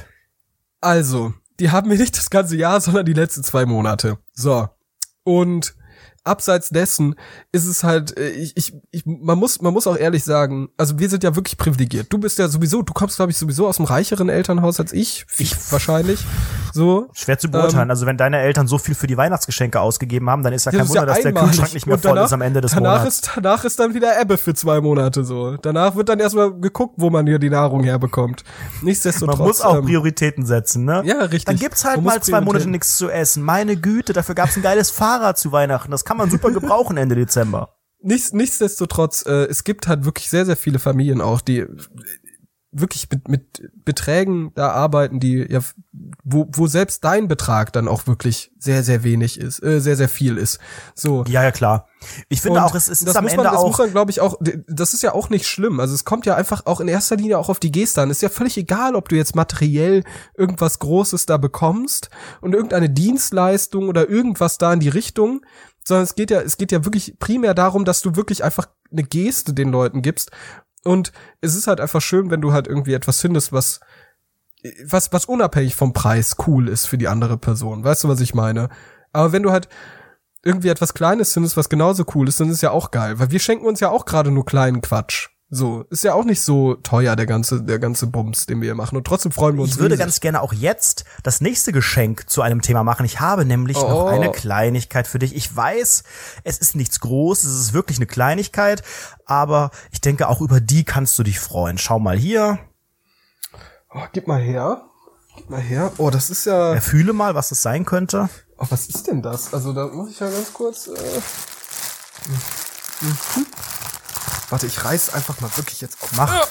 C: Also, die haben mir nicht das ganze Jahr, sondern die letzten zwei Monate. So. Und abseits dessen ist es halt, äh, ich, ich, ich, man muss, man muss auch ehrlich sagen, also wir sind ja wirklich privilegiert. Du bist ja sowieso, du kommst, glaube ich, sowieso aus einem reicheren Elternhaus als ich.
D: Ich-
C: wahrscheinlich. So.
D: Schwer zu beurteilen.
C: Ähm,
D: also wenn deine Eltern so viel für die Weihnachtsgeschenke ausgegeben haben, dann ist ja kein
C: Das ist
D: Wunder,
C: ja
D: dass der
C: einmalig.
D: Kühlschrank nicht mehr
C: Und
D: voll
C: danach-
D: ist am Ende des
C: danach
D: Monats.
C: ist, danach ist dann wieder Ebbe für zwei Monate so. Danach wird dann erstmal geguckt, wo man hier die Nahrung herbekommt. Nichtsdestotrotz.
D: Man muss auch
C: ähm,
D: Prioritäten setzen, ne?
C: Ja, richtig.
D: Dann gibt's halt
C: Man muss
D: mal zwei Monate
C: Prioritäten.
D: nichts zu essen. Meine Güte, dafür gab's ein geiles Fahrrad zu Weihnachten. Das kann man super gebrauchen Ende Dezember.
C: Nichts, nichtsdestotrotz, äh, es gibt halt wirklich sehr, sehr viele Familien auch, die wirklich mit, mit Beträgen da arbeiten, die ja, wo, wo selbst dein Betrag dann auch wirklich sehr, sehr wenig ist, äh, sehr, sehr viel ist. So.
D: Ja, ja, klar. Ich finde
C: Und
D: auch, es, es
C: das
D: ist am
C: muss
D: Ende
C: man, das
D: auch.
C: muss man, glaube ich, auch, das ist ja auch nicht schlimm. Also es kommt ja einfach auch in erster Linie auch auf die Geste an. Ist ja völlig egal, ob du jetzt materiell irgendwas Großes da bekommst und irgendeine Dienstleistung oder irgendwas da in die Richtung, sondern es geht ja, es geht ja wirklich primär darum, dass du wirklich einfach eine Geste den Leuten gibst. Und es ist halt einfach schön, wenn du halt irgendwie etwas findest, was, was, was unabhängig vom Preis cool ist für die andere Person. Weißt du, was ich meine? Aber wenn du halt irgendwie etwas Kleines findest, was genauso cool ist, dann ist es ja auch geil. Weil wir schenken uns ja auch gerade nur kleinen Quatsch. So, ist ja auch nicht so teuer, der ganze, der ganze Bums, den wir hier machen. Und trotzdem freuen wir uns
D: Ich würde
C: riesig.
D: ganz gerne auch jetzt das nächste Geschenk zu einem Thema machen. Ich habe nämlich
C: Oh.
D: noch eine Kleinigkeit für dich. Ich weiß, es ist nichts Großes, es ist wirklich eine Kleinigkeit, aber ich denke, auch über die kannst du dich freuen. Schau mal hier.
C: Oh, gib mal her. Gib mal her. Oh, das ist ja,
D: Erfühle mal, was das sein könnte.
C: oh, was ist denn das? Also, da muss ich ja ganz kurz, äh, mhm. Warte, ich reiß einfach mal wirklich jetzt auf.
D: Mach.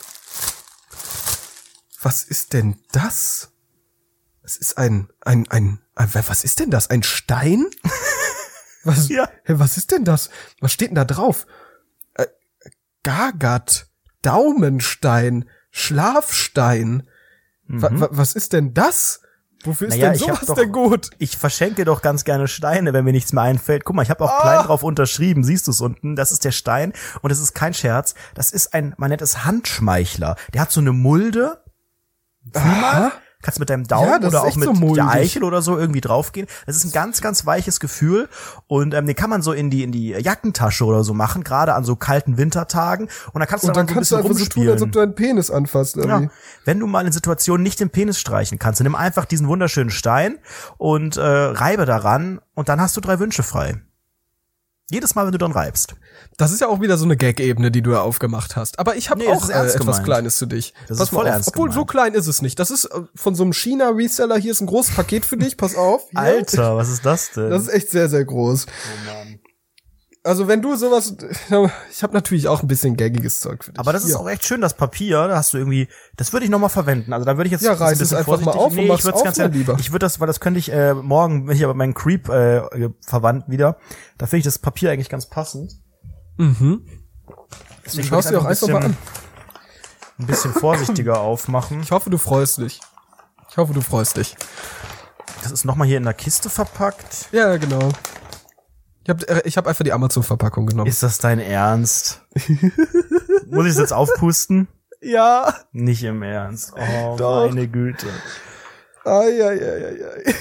C: Was ist denn das? Das ist ein, ein, ein, ein, was ist denn das? Ein Stein? Was,
D: Ja.
C: Hä, was ist denn das? Was steht denn da drauf? Äh, Gagat, Daumenstein, Schlafstein. Wa, wa, was ist denn das? Wofür ist
D: Naja,
C: denn
D: ich hab
C: sowas
D: doch-
C: denn gut?
D: Ich verschenke doch ganz gerne Steine, wenn mir nichts mehr einfällt. Guck mal, ich habe auch
C: Oh.
D: klein drauf unterschrieben. Siehst du es unten? Das ist der Stein und das ist kein Scherz. Das ist ein, man nennt es Handschmeichler. Der hat so eine Mulde. Fühl mal. Kannst mit deinem Daumen
C: Ja, das
D: oder
C: ist
D: auch
C: echt
D: mit
C: so muldig.
D: der Eichel oder so irgendwie draufgehen. Das ist ein ganz, ganz weiches Gefühl und ähm, den kann man so in die in die Jackentasche oder so machen, gerade an so kalten Wintertagen. Und dann kannst du
C: Und
D: dann,
C: dann
D: so ein
C: kannst du
D: bisschen
C: einfach so tun,
D: rumspielen.
C: als ob du einen Penis anfasst.
D: Ja.
C: Irgendwie.
D: Wenn du mal in Situationen nicht den Penis streichen kannst, dann nimm einfach diesen wunderschönen Stein und äh, reibe daran und dann hast du drei Wünsche frei. Jedes Mal, wenn du dann reibst.
C: Das ist ja auch wieder so eine Gag-Ebene, die du ja aufgemacht hast. Aber ich habe
D: Nee, das
C: auch
D: ist
C: äh,
D: ernst
C: etwas
D: gemeint.
C: Kleines für dich.
D: Das
C: Pass
D: ist
C: mal
D: voll
C: auf.
D: ernst
C: Obwohl, so
D: gemeint.
C: klein ist es nicht. Das ist äh, von so einem China-Reseller. Hier ist ein großes Paket für dich. Pass auf. Hier.
D: Alter, was ist das denn?
C: Das ist echt sehr, sehr groß.
D: oh Mann.
C: Also wenn du sowas, ich habe natürlich auch ein bisschen gaggiges Zeug für dich.
D: Aber das ist
C: Hier.
D: auch echt schön, das Papier, da hast du irgendwie, das würde ich nochmal verwenden. Also da würde ich jetzt
C: Ja, reiß es einfach mal auf
D: nee,
C: und mach's
D: ich
C: auf,
D: ganz
C: mein Lieber.
D: Ich würde das, weil das könnte ich äh, morgen, wenn ich aber meinen Creep äh, verwandt wieder, da finde ich das Papier eigentlich ganz passend.
C: Mhm.
D: Deswegen
C: Du schaust dir auch einfach mal an.
D: Ein bisschen vorsichtiger aufmachen.
C: Ich hoffe, du freust dich. Ich hoffe, du freust dich.
D: Das ist nochmal hier in der Kiste verpackt.
C: Ja, genau. Ich habe ich hab einfach die Amazon-Verpackung genommen.
D: Ist das dein Ernst? Muss ich es jetzt aufpusten?
C: Ja.
D: Nicht im Ernst. Oh,
C: Doch.
D: meine Güte.
C: Ai, ai, ai, ai, ai.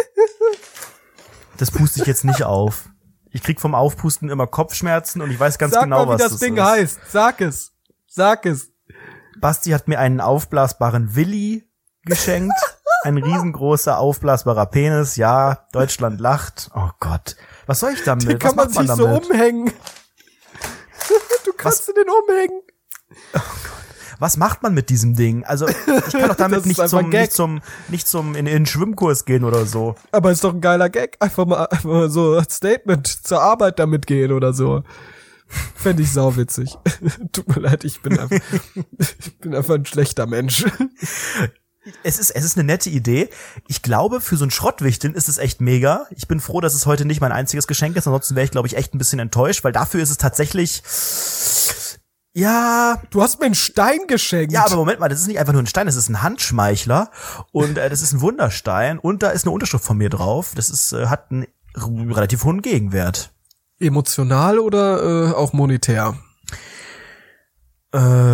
D: Das puste ich jetzt nicht auf. Ich krieg vom Aufpusten immer Kopfschmerzen und ich weiß ganz
C: Sag
D: genau,
C: mal, wie
D: was
C: das
D: das
C: Ding
D: ist.
C: heißt. Sag es. Sag es.
D: Basti hat mir einen aufblasbaren Willi geschenkt. Ein riesengroßer aufblasbarer Penis. Ja, Deutschland lacht. Oh Gott. Was soll ich damit?
C: Den kann
D: was
C: man
D: macht
C: sich
D: damit?
C: so umhängen. Du kannst du den umhängen.
D: Was macht man mit diesem Ding? Also, ich kann doch
C: Das
D: damit
C: ist
D: nicht
C: einfach
D: zum,
C: ein Gag.
D: nicht zum, nicht zum, in, in den Schwimmkurs gehen oder so.
C: Aber ist doch ein geiler Gag. Einfach mal, einfach mal so ein Statement zur Arbeit damit gehen oder so. Fände ich sauwitzig. Tut mir leid, ich bin einfach, ich bin einfach ein schlechter Mensch.
D: Es ist, es ist eine nette Idee. Ich glaube, für so ein Schrottwichteln ist es echt mega. Ich bin froh, dass es heute nicht mein einziges Geschenk ist. Ansonsten wäre ich, glaube ich, echt ein bisschen enttäuscht, weil dafür ist es tatsächlich, ja,
C: Du hast mir einen Stein geschenkt.
D: ja, aber Moment mal, das ist nicht einfach nur ein Stein, das ist ein Handschmeichler und äh, das ist ein Wunderstein und da ist eine Unterschrift von mir drauf. Das ist, äh, hat einen r- relativ hohen Gegenwert.
C: Emotional oder äh, auch monetär?
D: Äh,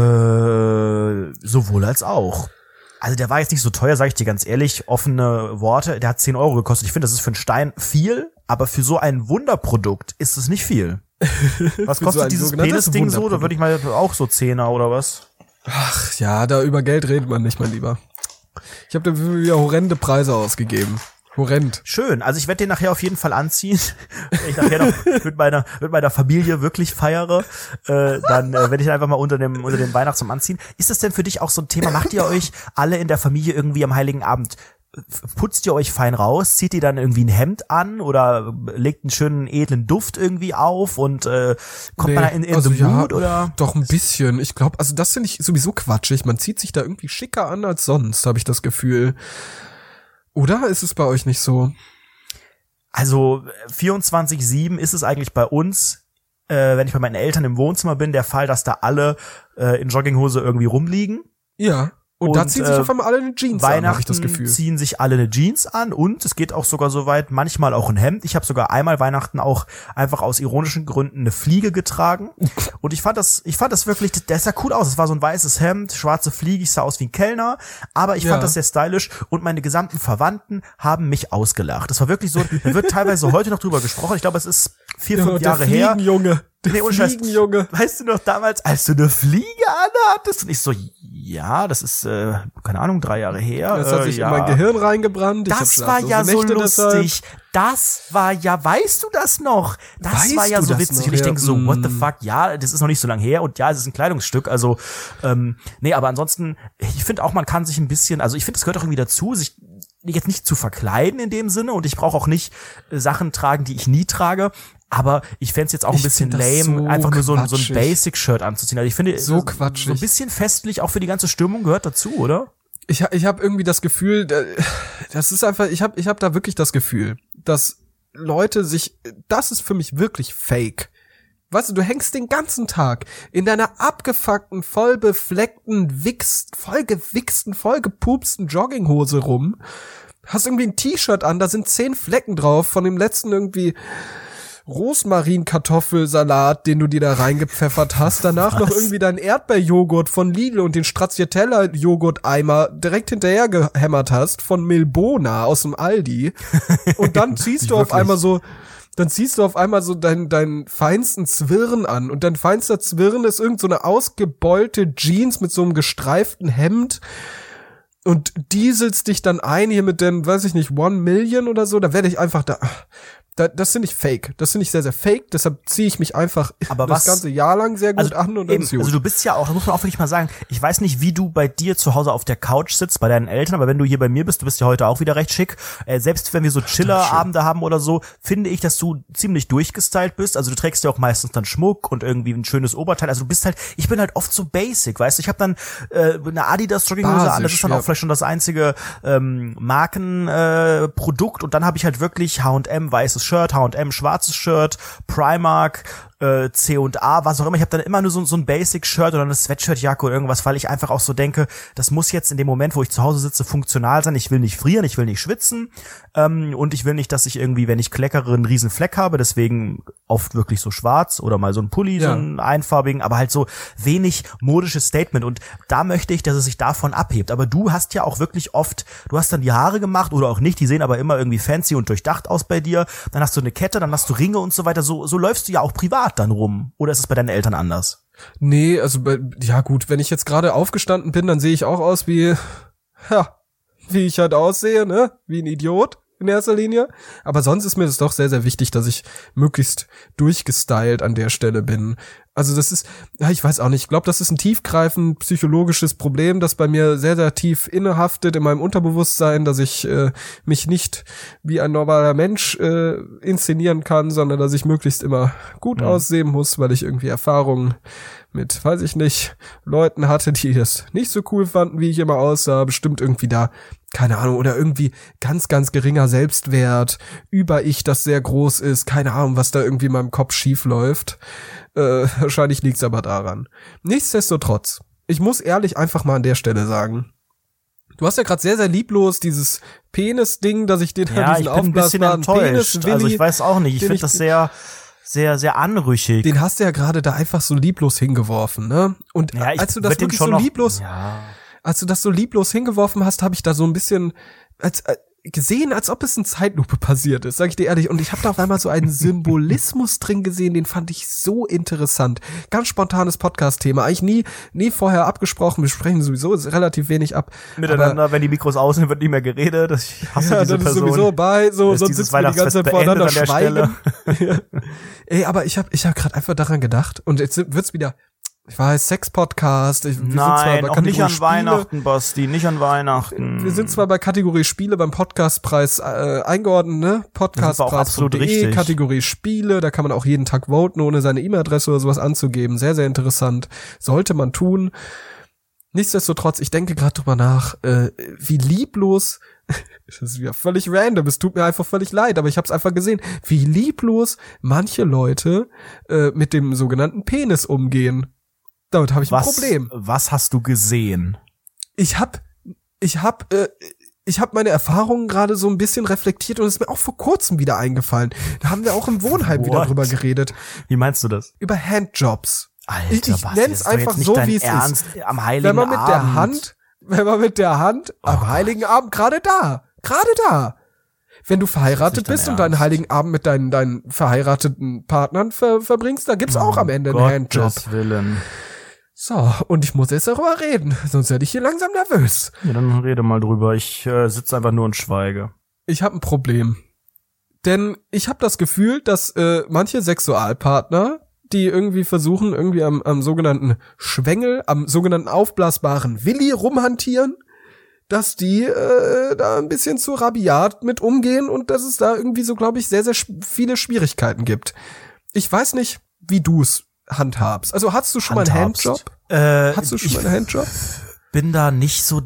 D: sowohl als auch. Also der war jetzt nicht so teuer, sage ich dir ganz ehrlich, offene Worte. Der hat zehn Euro gekostet. Ich finde, das ist für einen Stein viel, aber für so ein Wunderprodukt ist es nicht viel. Was
C: Für
D: kostet
C: so ein
D: dieses
C: sogenanntes
D: Penis-Ding so? Da
C: Wunderprodukt.
D: würde ich mal auch so Zehner oder was?
C: Ach ja, da über Geld redet man nicht, mein Lieber. Ich habe dafür wieder horrende Preise ausgegeben. Horrend.
D: Schön. Also ich werde den nachher auf jeden Fall anziehen. Wenn ich nachher noch mit meiner mit meiner Familie wirklich feiere, äh, dann äh, werde ich ihn einfach mal unter dem unter dem Weihnachtsbaum anziehen. Ist das denn für dich auch so ein Thema? Macht ihr euch alle in der Familie irgendwie am Heiligen Abend, putzt ihr euch fein raus, zieht ihr dann irgendwie ein Hemd an oder legt einen schönen edlen Duft irgendwie auf und äh, kommt man da in, in
C: also
D: the
C: ja,
D: mood oder?
C: Doch ein bisschen. Ich glaube, also das finde ich sowieso quatschig. Man zieht sich da irgendwie schicker an als sonst, habe ich das Gefühl. Oder ist es bei euch nicht so?
D: Also vierundzwanzig sieben ist es eigentlich bei uns, äh, wenn ich bei meinen Eltern im Wohnzimmer bin, der Fall, dass da alle äh, in Jogginghose irgendwie rumliegen.
C: Ja. Und,
D: Und,
C: da ziehen sich
D: äh,
C: auf einmal alle eine Jeans an, habe ich das
D: Weihnachten
C: Gefühl.
D: ziehen sich alle eine Jeans an und es geht auch sogar so weit, manchmal auch ein Hemd. Ich habe sogar einmal Weihnachten auch einfach aus ironischen Gründen eine Fliege getragen und ich fand das, ich fand das wirklich, der sah cool aus. Es war so ein weißes Hemd, schwarze Fliege, ich sah aus wie ein Kellner, aber ich
C: Ja.
D: fand das sehr stylisch und meine gesamten Verwandten haben mich ausgelacht. Das war wirklich so, da wird teilweise heute noch drüber gesprochen. Ich glaube, es ist vier, fünf
C: der
D: Jahre her.
C: Fliegenjunge. Der
D: Nee, ohne Scheiß.
C: Fliegenjunge.
D: Weißt du noch damals, als du eine Fliege anhattest? Und ich so, ja, das ist, äh, keine Ahnung, drei Jahre her.
C: Das hat
D: äh,
C: sich
D: ja.
C: in mein Gehirn reingebrannt. Ich hab
D: Das war
C: schlaflose
D: ja so
C: Nächte deshalb.
D: lustig. Das war ja, weißt du das noch? Das
C: Weißt
D: war ja
C: du
D: so
C: das
D: witzig.
C: noch?
D: Und ich
C: Ja,
D: denke so, what the
C: mm.
D: fuck? Ja, das ist noch nicht so lange her. Und ja, es ist ein Kleidungsstück. Also, ähm, nee, aber ansonsten, ich finde auch, man kann sich ein bisschen, also ich finde, es gehört auch irgendwie dazu, sich jetzt nicht zu verkleiden in dem Sinne. Und ich brauche auch nicht äh, Sachen tragen, die ich nie trage. Aber ich fänd's jetzt auch ein
C: Ich
D: bisschen
C: find das
D: lame,
C: so
D: einfach nur so ein, so ein
C: quatschig.
D: Basic-Shirt anzuziehen. Also ich finde,
C: So
D: so
C: quatschig.
D: ein bisschen festlich auch für die ganze Stimmung gehört dazu, oder?
C: Ich, ha- ich habe irgendwie das Gefühl, da- das ist einfach, ich habe ich hab da wirklich das Gefühl, dass Leute sich, das ist für mich wirklich fake. Weißt du, du hängst den ganzen Tag in deiner abgefuckten, vollbefleckten, wichst, vollgewichsten, vollgepupsten Jogginghose rum, hast irgendwie ein T-Shirt an, da sind zehn Flecken drauf von dem letzten irgendwie Rosmarin-Kartoffelsalat, den du dir da reingepfeffert hast. Danach noch irgendwie deinen Erdbeerjoghurt von Lidl und den Stracciatella-Joghurt-Eimer direkt hinterher gehämmert hast von Milbona aus dem Aldi. Und dann ziehst du auf
D: Wirklich?
C: einmal so, dann ziehst du auf einmal so deinen, deinen feinsten Zwirn an. Und dein feinster Zwirn ist irgend so eine ausgebeulte Jeans mit so einem gestreiften Hemd. Und dieselst dich dann ein hier mit den, weiß ich nicht, One Million oder so. Da werde ich einfach da, Da, das finde ich fake. Das finde ich sehr, sehr fake. Deshalb ziehe ich mich einfach
D: aber
C: das
D: was,
C: ganze Jahr lang sehr gut
D: also
C: an und
D: eben,
C: ist gut.
D: Also du bist ja auch, das muss man auch wirklich mal sagen, ich weiß nicht, wie du bei dir zu Hause auf der Couch sitzt, bei deinen Eltern, aber wenn du hier bei mir bist, du bist ja heute auch wieder recht schick, äh, selbst wenn wir so Chiller-Abende haben oder so, finde ich, dass du ziemlich durchgestylt bist. Also du trägst ja auch meistens dann Schmuck und irgendwie ein schönes Oberteil. Also du bist halt, ich bin halt oft so basic, weißt du, ich habe dann äh, eine Adidas-Jogginghose an, das ist dann
C: ja.
D: auch vielleicht schon das einzige ähm, Markenprodukt äh, Produkt. Und dann habe ich halt wirklich H und M weißes Shirt, H und M schwarzes Shirt, Primark, äh, C und A, was auch immer. Ich habe dann immer nur so, so ein Basic-Shirt oder eine Sweatshirt-Jacke oder irgendwas, weil ich einfach auch so denke, das muss jetzt in dem Moment, wo ich zu Hause sitze, funktional sein. Ich will nicht frieren, ich will nicht schwitzen ähm, und ich will nicht, dass ich irgendwie, wenn ich kleckere, einen riesen Fleck habe. Deswegen oft wirklich so schwarz oder mal so ein Pulli, ja. so einen einfarbigen, aber halt so wenig modisches Statement. Und da möchte ich, dass es sich davon abhebt. Aber du hast ja auch wirklich oft, du hast dann die Haare gemacht oder auch nicht, die sehen aber immer irgendwie fancy und durchdacht aus bei dir. Dann hast du eine Kette, dann hast du Ringe und so weiter. So, so läufst du ja auch privat dann rum. Oder ist es bei deinen Eltern anders?
C: Nee, also, ja gut, wenn ich jetzt gerade aufgestanden bin, dann sehe ich auch aus wie, ja, wie ich halt aussehe, ne? Wie ein Idiot in erster Linie. Aber sonst ist mir das doch sehr, sehr wichtig, dass ich möglichst durchgestylt an der Stelle bin. Also das ist, ja, ich weiß auch nicht, ich glaube, das ist ein tiefgreifend psychologisches Problem, das bei mir sehr, sehr tief innehaftet in meinem Unterbewusstsein, dass ich äh, mich nicht wie ein normaler Mensch äh, inszenieren kann, sondern dass ich möglichst immer gut mhm. aussehen muss, weil ich irgendwie Erfahrungen mit, weiß ich nicht, Leuten hatte, die das nicht so cool fanden, wie ich immer aussah, bestimmt irgendwie da, keine Ahnung, oder irgendwie ganz, ganz geringer Selbstwert, über ich, das sehr groß ist, keine Ahnung, was da irgendwie in meinem Kopf schief läuft. Äh, wahrscheinlich liegt's aber daran. Nichtsdestotrotz, ich muss ehrlich einfach mal an der Stelle sagen, du hast ja gerade sehr, sehr lieblos dieses Penis-Ding, dass ich den
D: ja,
C: diesen
D: ich bin ein bisschen enttäuscht.
C: Penis,
D: also ich weiß auch nicht, ich finde das sehr... sehr, sehr anrüchig.
C: Den hast du ja gerade da einfach so lieblos hingeworfen, ne? Und
D: ja,
C: als du das wirklich so
D: noch,
C: lieblos,
D: ja.
C: als du das so lieblos hingeworfen hast, habe ich da so ein bisschen als, äh, gesehen, als ob es in Zeitlupe passiert ist, sag ich dir ehrlich. Und ich habe da auf einmal so einen Symbolismus drin gesehen, den fand ich so interessant. Ganz spontanes Podcast-Thema. Eigentlich nie, nie vorher abgesprochen. Wir sprechen sowieso relativ wenig ab.
D: Miteinander, aber, wenn die Mikros aus sind, wird nicht mehr geredet. Ich hasse
C: ja,
D: diese
C: dann
D: Person.
C: ist sowieso bei, so, sonst sitzen wir die ganze Zeit voreinander schweigen. Ja. Ey, aber ich habe ich hab gerade einfach daran gedacht. Und jetzt wird's wieder... Ich weiß, Sex-Podcast. Ich, wir
D: Nein,
C: sind zwar bei
D: auch
C: Kategorie
D: nicht an
C: Spiele.
D: Weihnachten, Basti, nicht an Weihnachten.
C: Wir sind zwar bei Kategorie Spiele beim Podcastpreis äh, eingeordnet, ne? Podcastpreis punkt de, Kategorie Spiele, da kann man auch jeden Tag voten, ohne seine E-Mail-Adresse oder sowas anzugeben. Sehr, sehr interessant. Sollte man tun. Nichtsdestotrotz, ich denke gerade drüber nach, äh, wie lieblos, das ist wieder völlig random, es tut mir einfach völlig leid, aber ich habe es einfach gesehen, wie lieblos manche Leute äh, mit dem sogenannten Penis umgehen. Damit habe ich ein
D: was,
C: Problem.
D: Was hast du gesehen?
C: Ich hab, ich hab, äh, ich hab meine Erfahrungen gerade so ein bisschen reflektiert und es ist mir auch vor kurzem wieder eingefallen. Da haben wir auch im Wohnheim
D: What?
C: wieder drüber geredet.
D: Wie meinst du das?
C: Über Handjobs.
D: Alter,
C: ich ich
D: Basti,
C: nenne es einfach so, wie es ist.
D: Am Heiligen
C: wenn man mit
D: Abend.
C: der Hand, wenn man mit der Hand
D: oh
C: am
D: Gott.
C: Heiligen Abend gerade da, gerade da. Wenn du verheiratet bist und deinen Heiligen Abend mit deinen, deinen verheirateten Partnern ver, verbringst, da gibt's auch am Ende einen Handjob.
D: Gottes Willen.
C: So, und ich muss jetzt darüber reden, sonst werde ich hier langsam nervös.
D: Ja, dann rede mal drüber. Ich äh, sitze einfach nur und schweige.
C: Ich habe ein Problem. Denn ich habe das Gefühl, dass äh, manche Sexualpartner, die irgendwie versuchen, irgendwie am, am sogenannten Schwengel, am sogenannten aufblasbaren Willi rumhantieren, dass die äh, da ein bisschen zu rabiat mit umgehen und dass es da irgendwie so, glaube ich, sehr, sehr sch- viele Schwierigkeiten gibt. Ich weiß nicht, wie du's handhabst. Also hattest du schon
D: Handhabst.
C: mal einen Handjob?
D: Äh,
C: Hast du schon
D: ich
C: mal einen Handjob?
D: bin da nicht so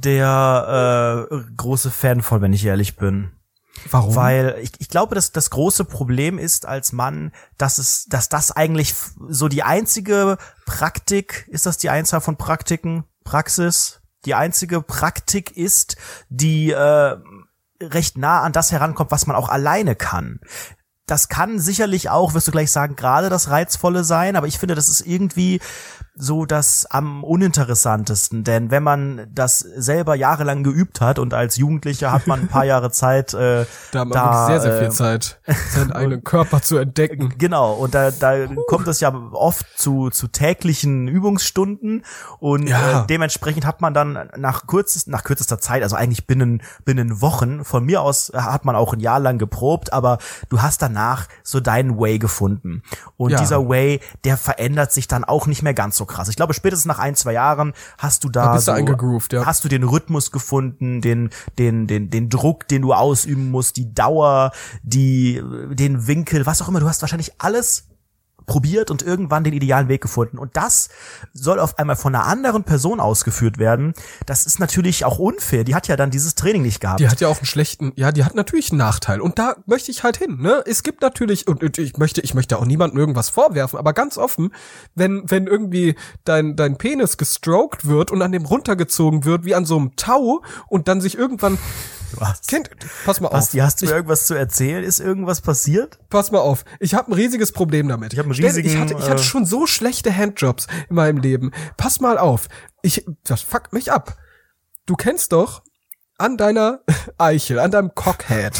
D: der äh, große Fan von, wenn ich ehrlich bin.
C: Warum?
D: Weil ich, ich glaube, dass das große Problem ist als Mann, dass es, dass das eigentlich f- so die einzige Praktik, ist das die Einzahl von Praktiken? Praxis? Die einzige Praktik ist, die äh, recht nah an das herankommt, was man auch alleine kann. Das kann sicherlich auch, wirst du gleich sagen, gerade das Reizvolle sein, aber ich finde, das ist irgendwie so das am uninteressantesten, denn wenn man das selber jahrelang geübt hat und als Jugendlicher hat man ein paar Jahre Zeit, äh,
C: da hat man
D: da,
C: wirklich sehr, sehr viel
D: äh,
C: Zeit, seinen eigenen Körper zu entdecken.
D: Genau, und da, da kommt es ja oft zu, zu täglichen Übungsstunden und
C: Ja.
D: äh, dementsprechend hat man dann nach kürzest, nach kürzester Zeit, also eigentlich binnen, binnen Wochen, von mir aus hat man auch ein Jahr lang geprobt, aber du hast danach so deinen Way gefunden. Und
C: Ja.
D: dieser Way, der verändert sich dann auch nicht mehr ganz so krass. Ich glaube, spätestens nach ein, zwei Jahren hast du da,
C: Da bist du
D: so,
C: eingegroovt, ja.
D: hast du den Rhythmus gefunden, den, den, den, den Druck, den du ausüben musst, die Dauer, die, den Winkel, was auch immer. Du hast wahrscheinlich alles probiert und irgendwann den idealen Weg gefunden. Und das soll auf einmal von einer anderen Person ausgeführt werden. Das ist natürlich auch unfair. Die hat ja dann dieses Training nicht gehabt.
C: Die hat ja auch einen schlechten, ja, die hat natürlich einen Nachteil. Und da möchte ich halt hin, ne? Es gibt natürlich, und ich möchte, ich möchte auch niemandem irgendwas vorwerfen, aber ganz offen, wenn, wenn irgendwie dein, dein Penis gestroked wird und an dem runtergezogen wird, wie an so einem Tau, und dann sich irgendwann,
D: Was?
C: Kind, pass mal auf.
D: Basti, hast du
C: ich,
D: mir irgendwas zu erzählen? Ist irgendwas passiert?
C: Pass mal auf. Ich habe ein riesiges Problem damit.
D: Ich hab einen
C: Stell-
D: riesigen,
C: ich hatte, ich hatte
D: äh,
C: schon so schlechte Handjobs in meinem Leben. Pass mal auf. Ich, das fuckt mich ab. Du kennst doch an deiner Eichel, an deinem Cockhead,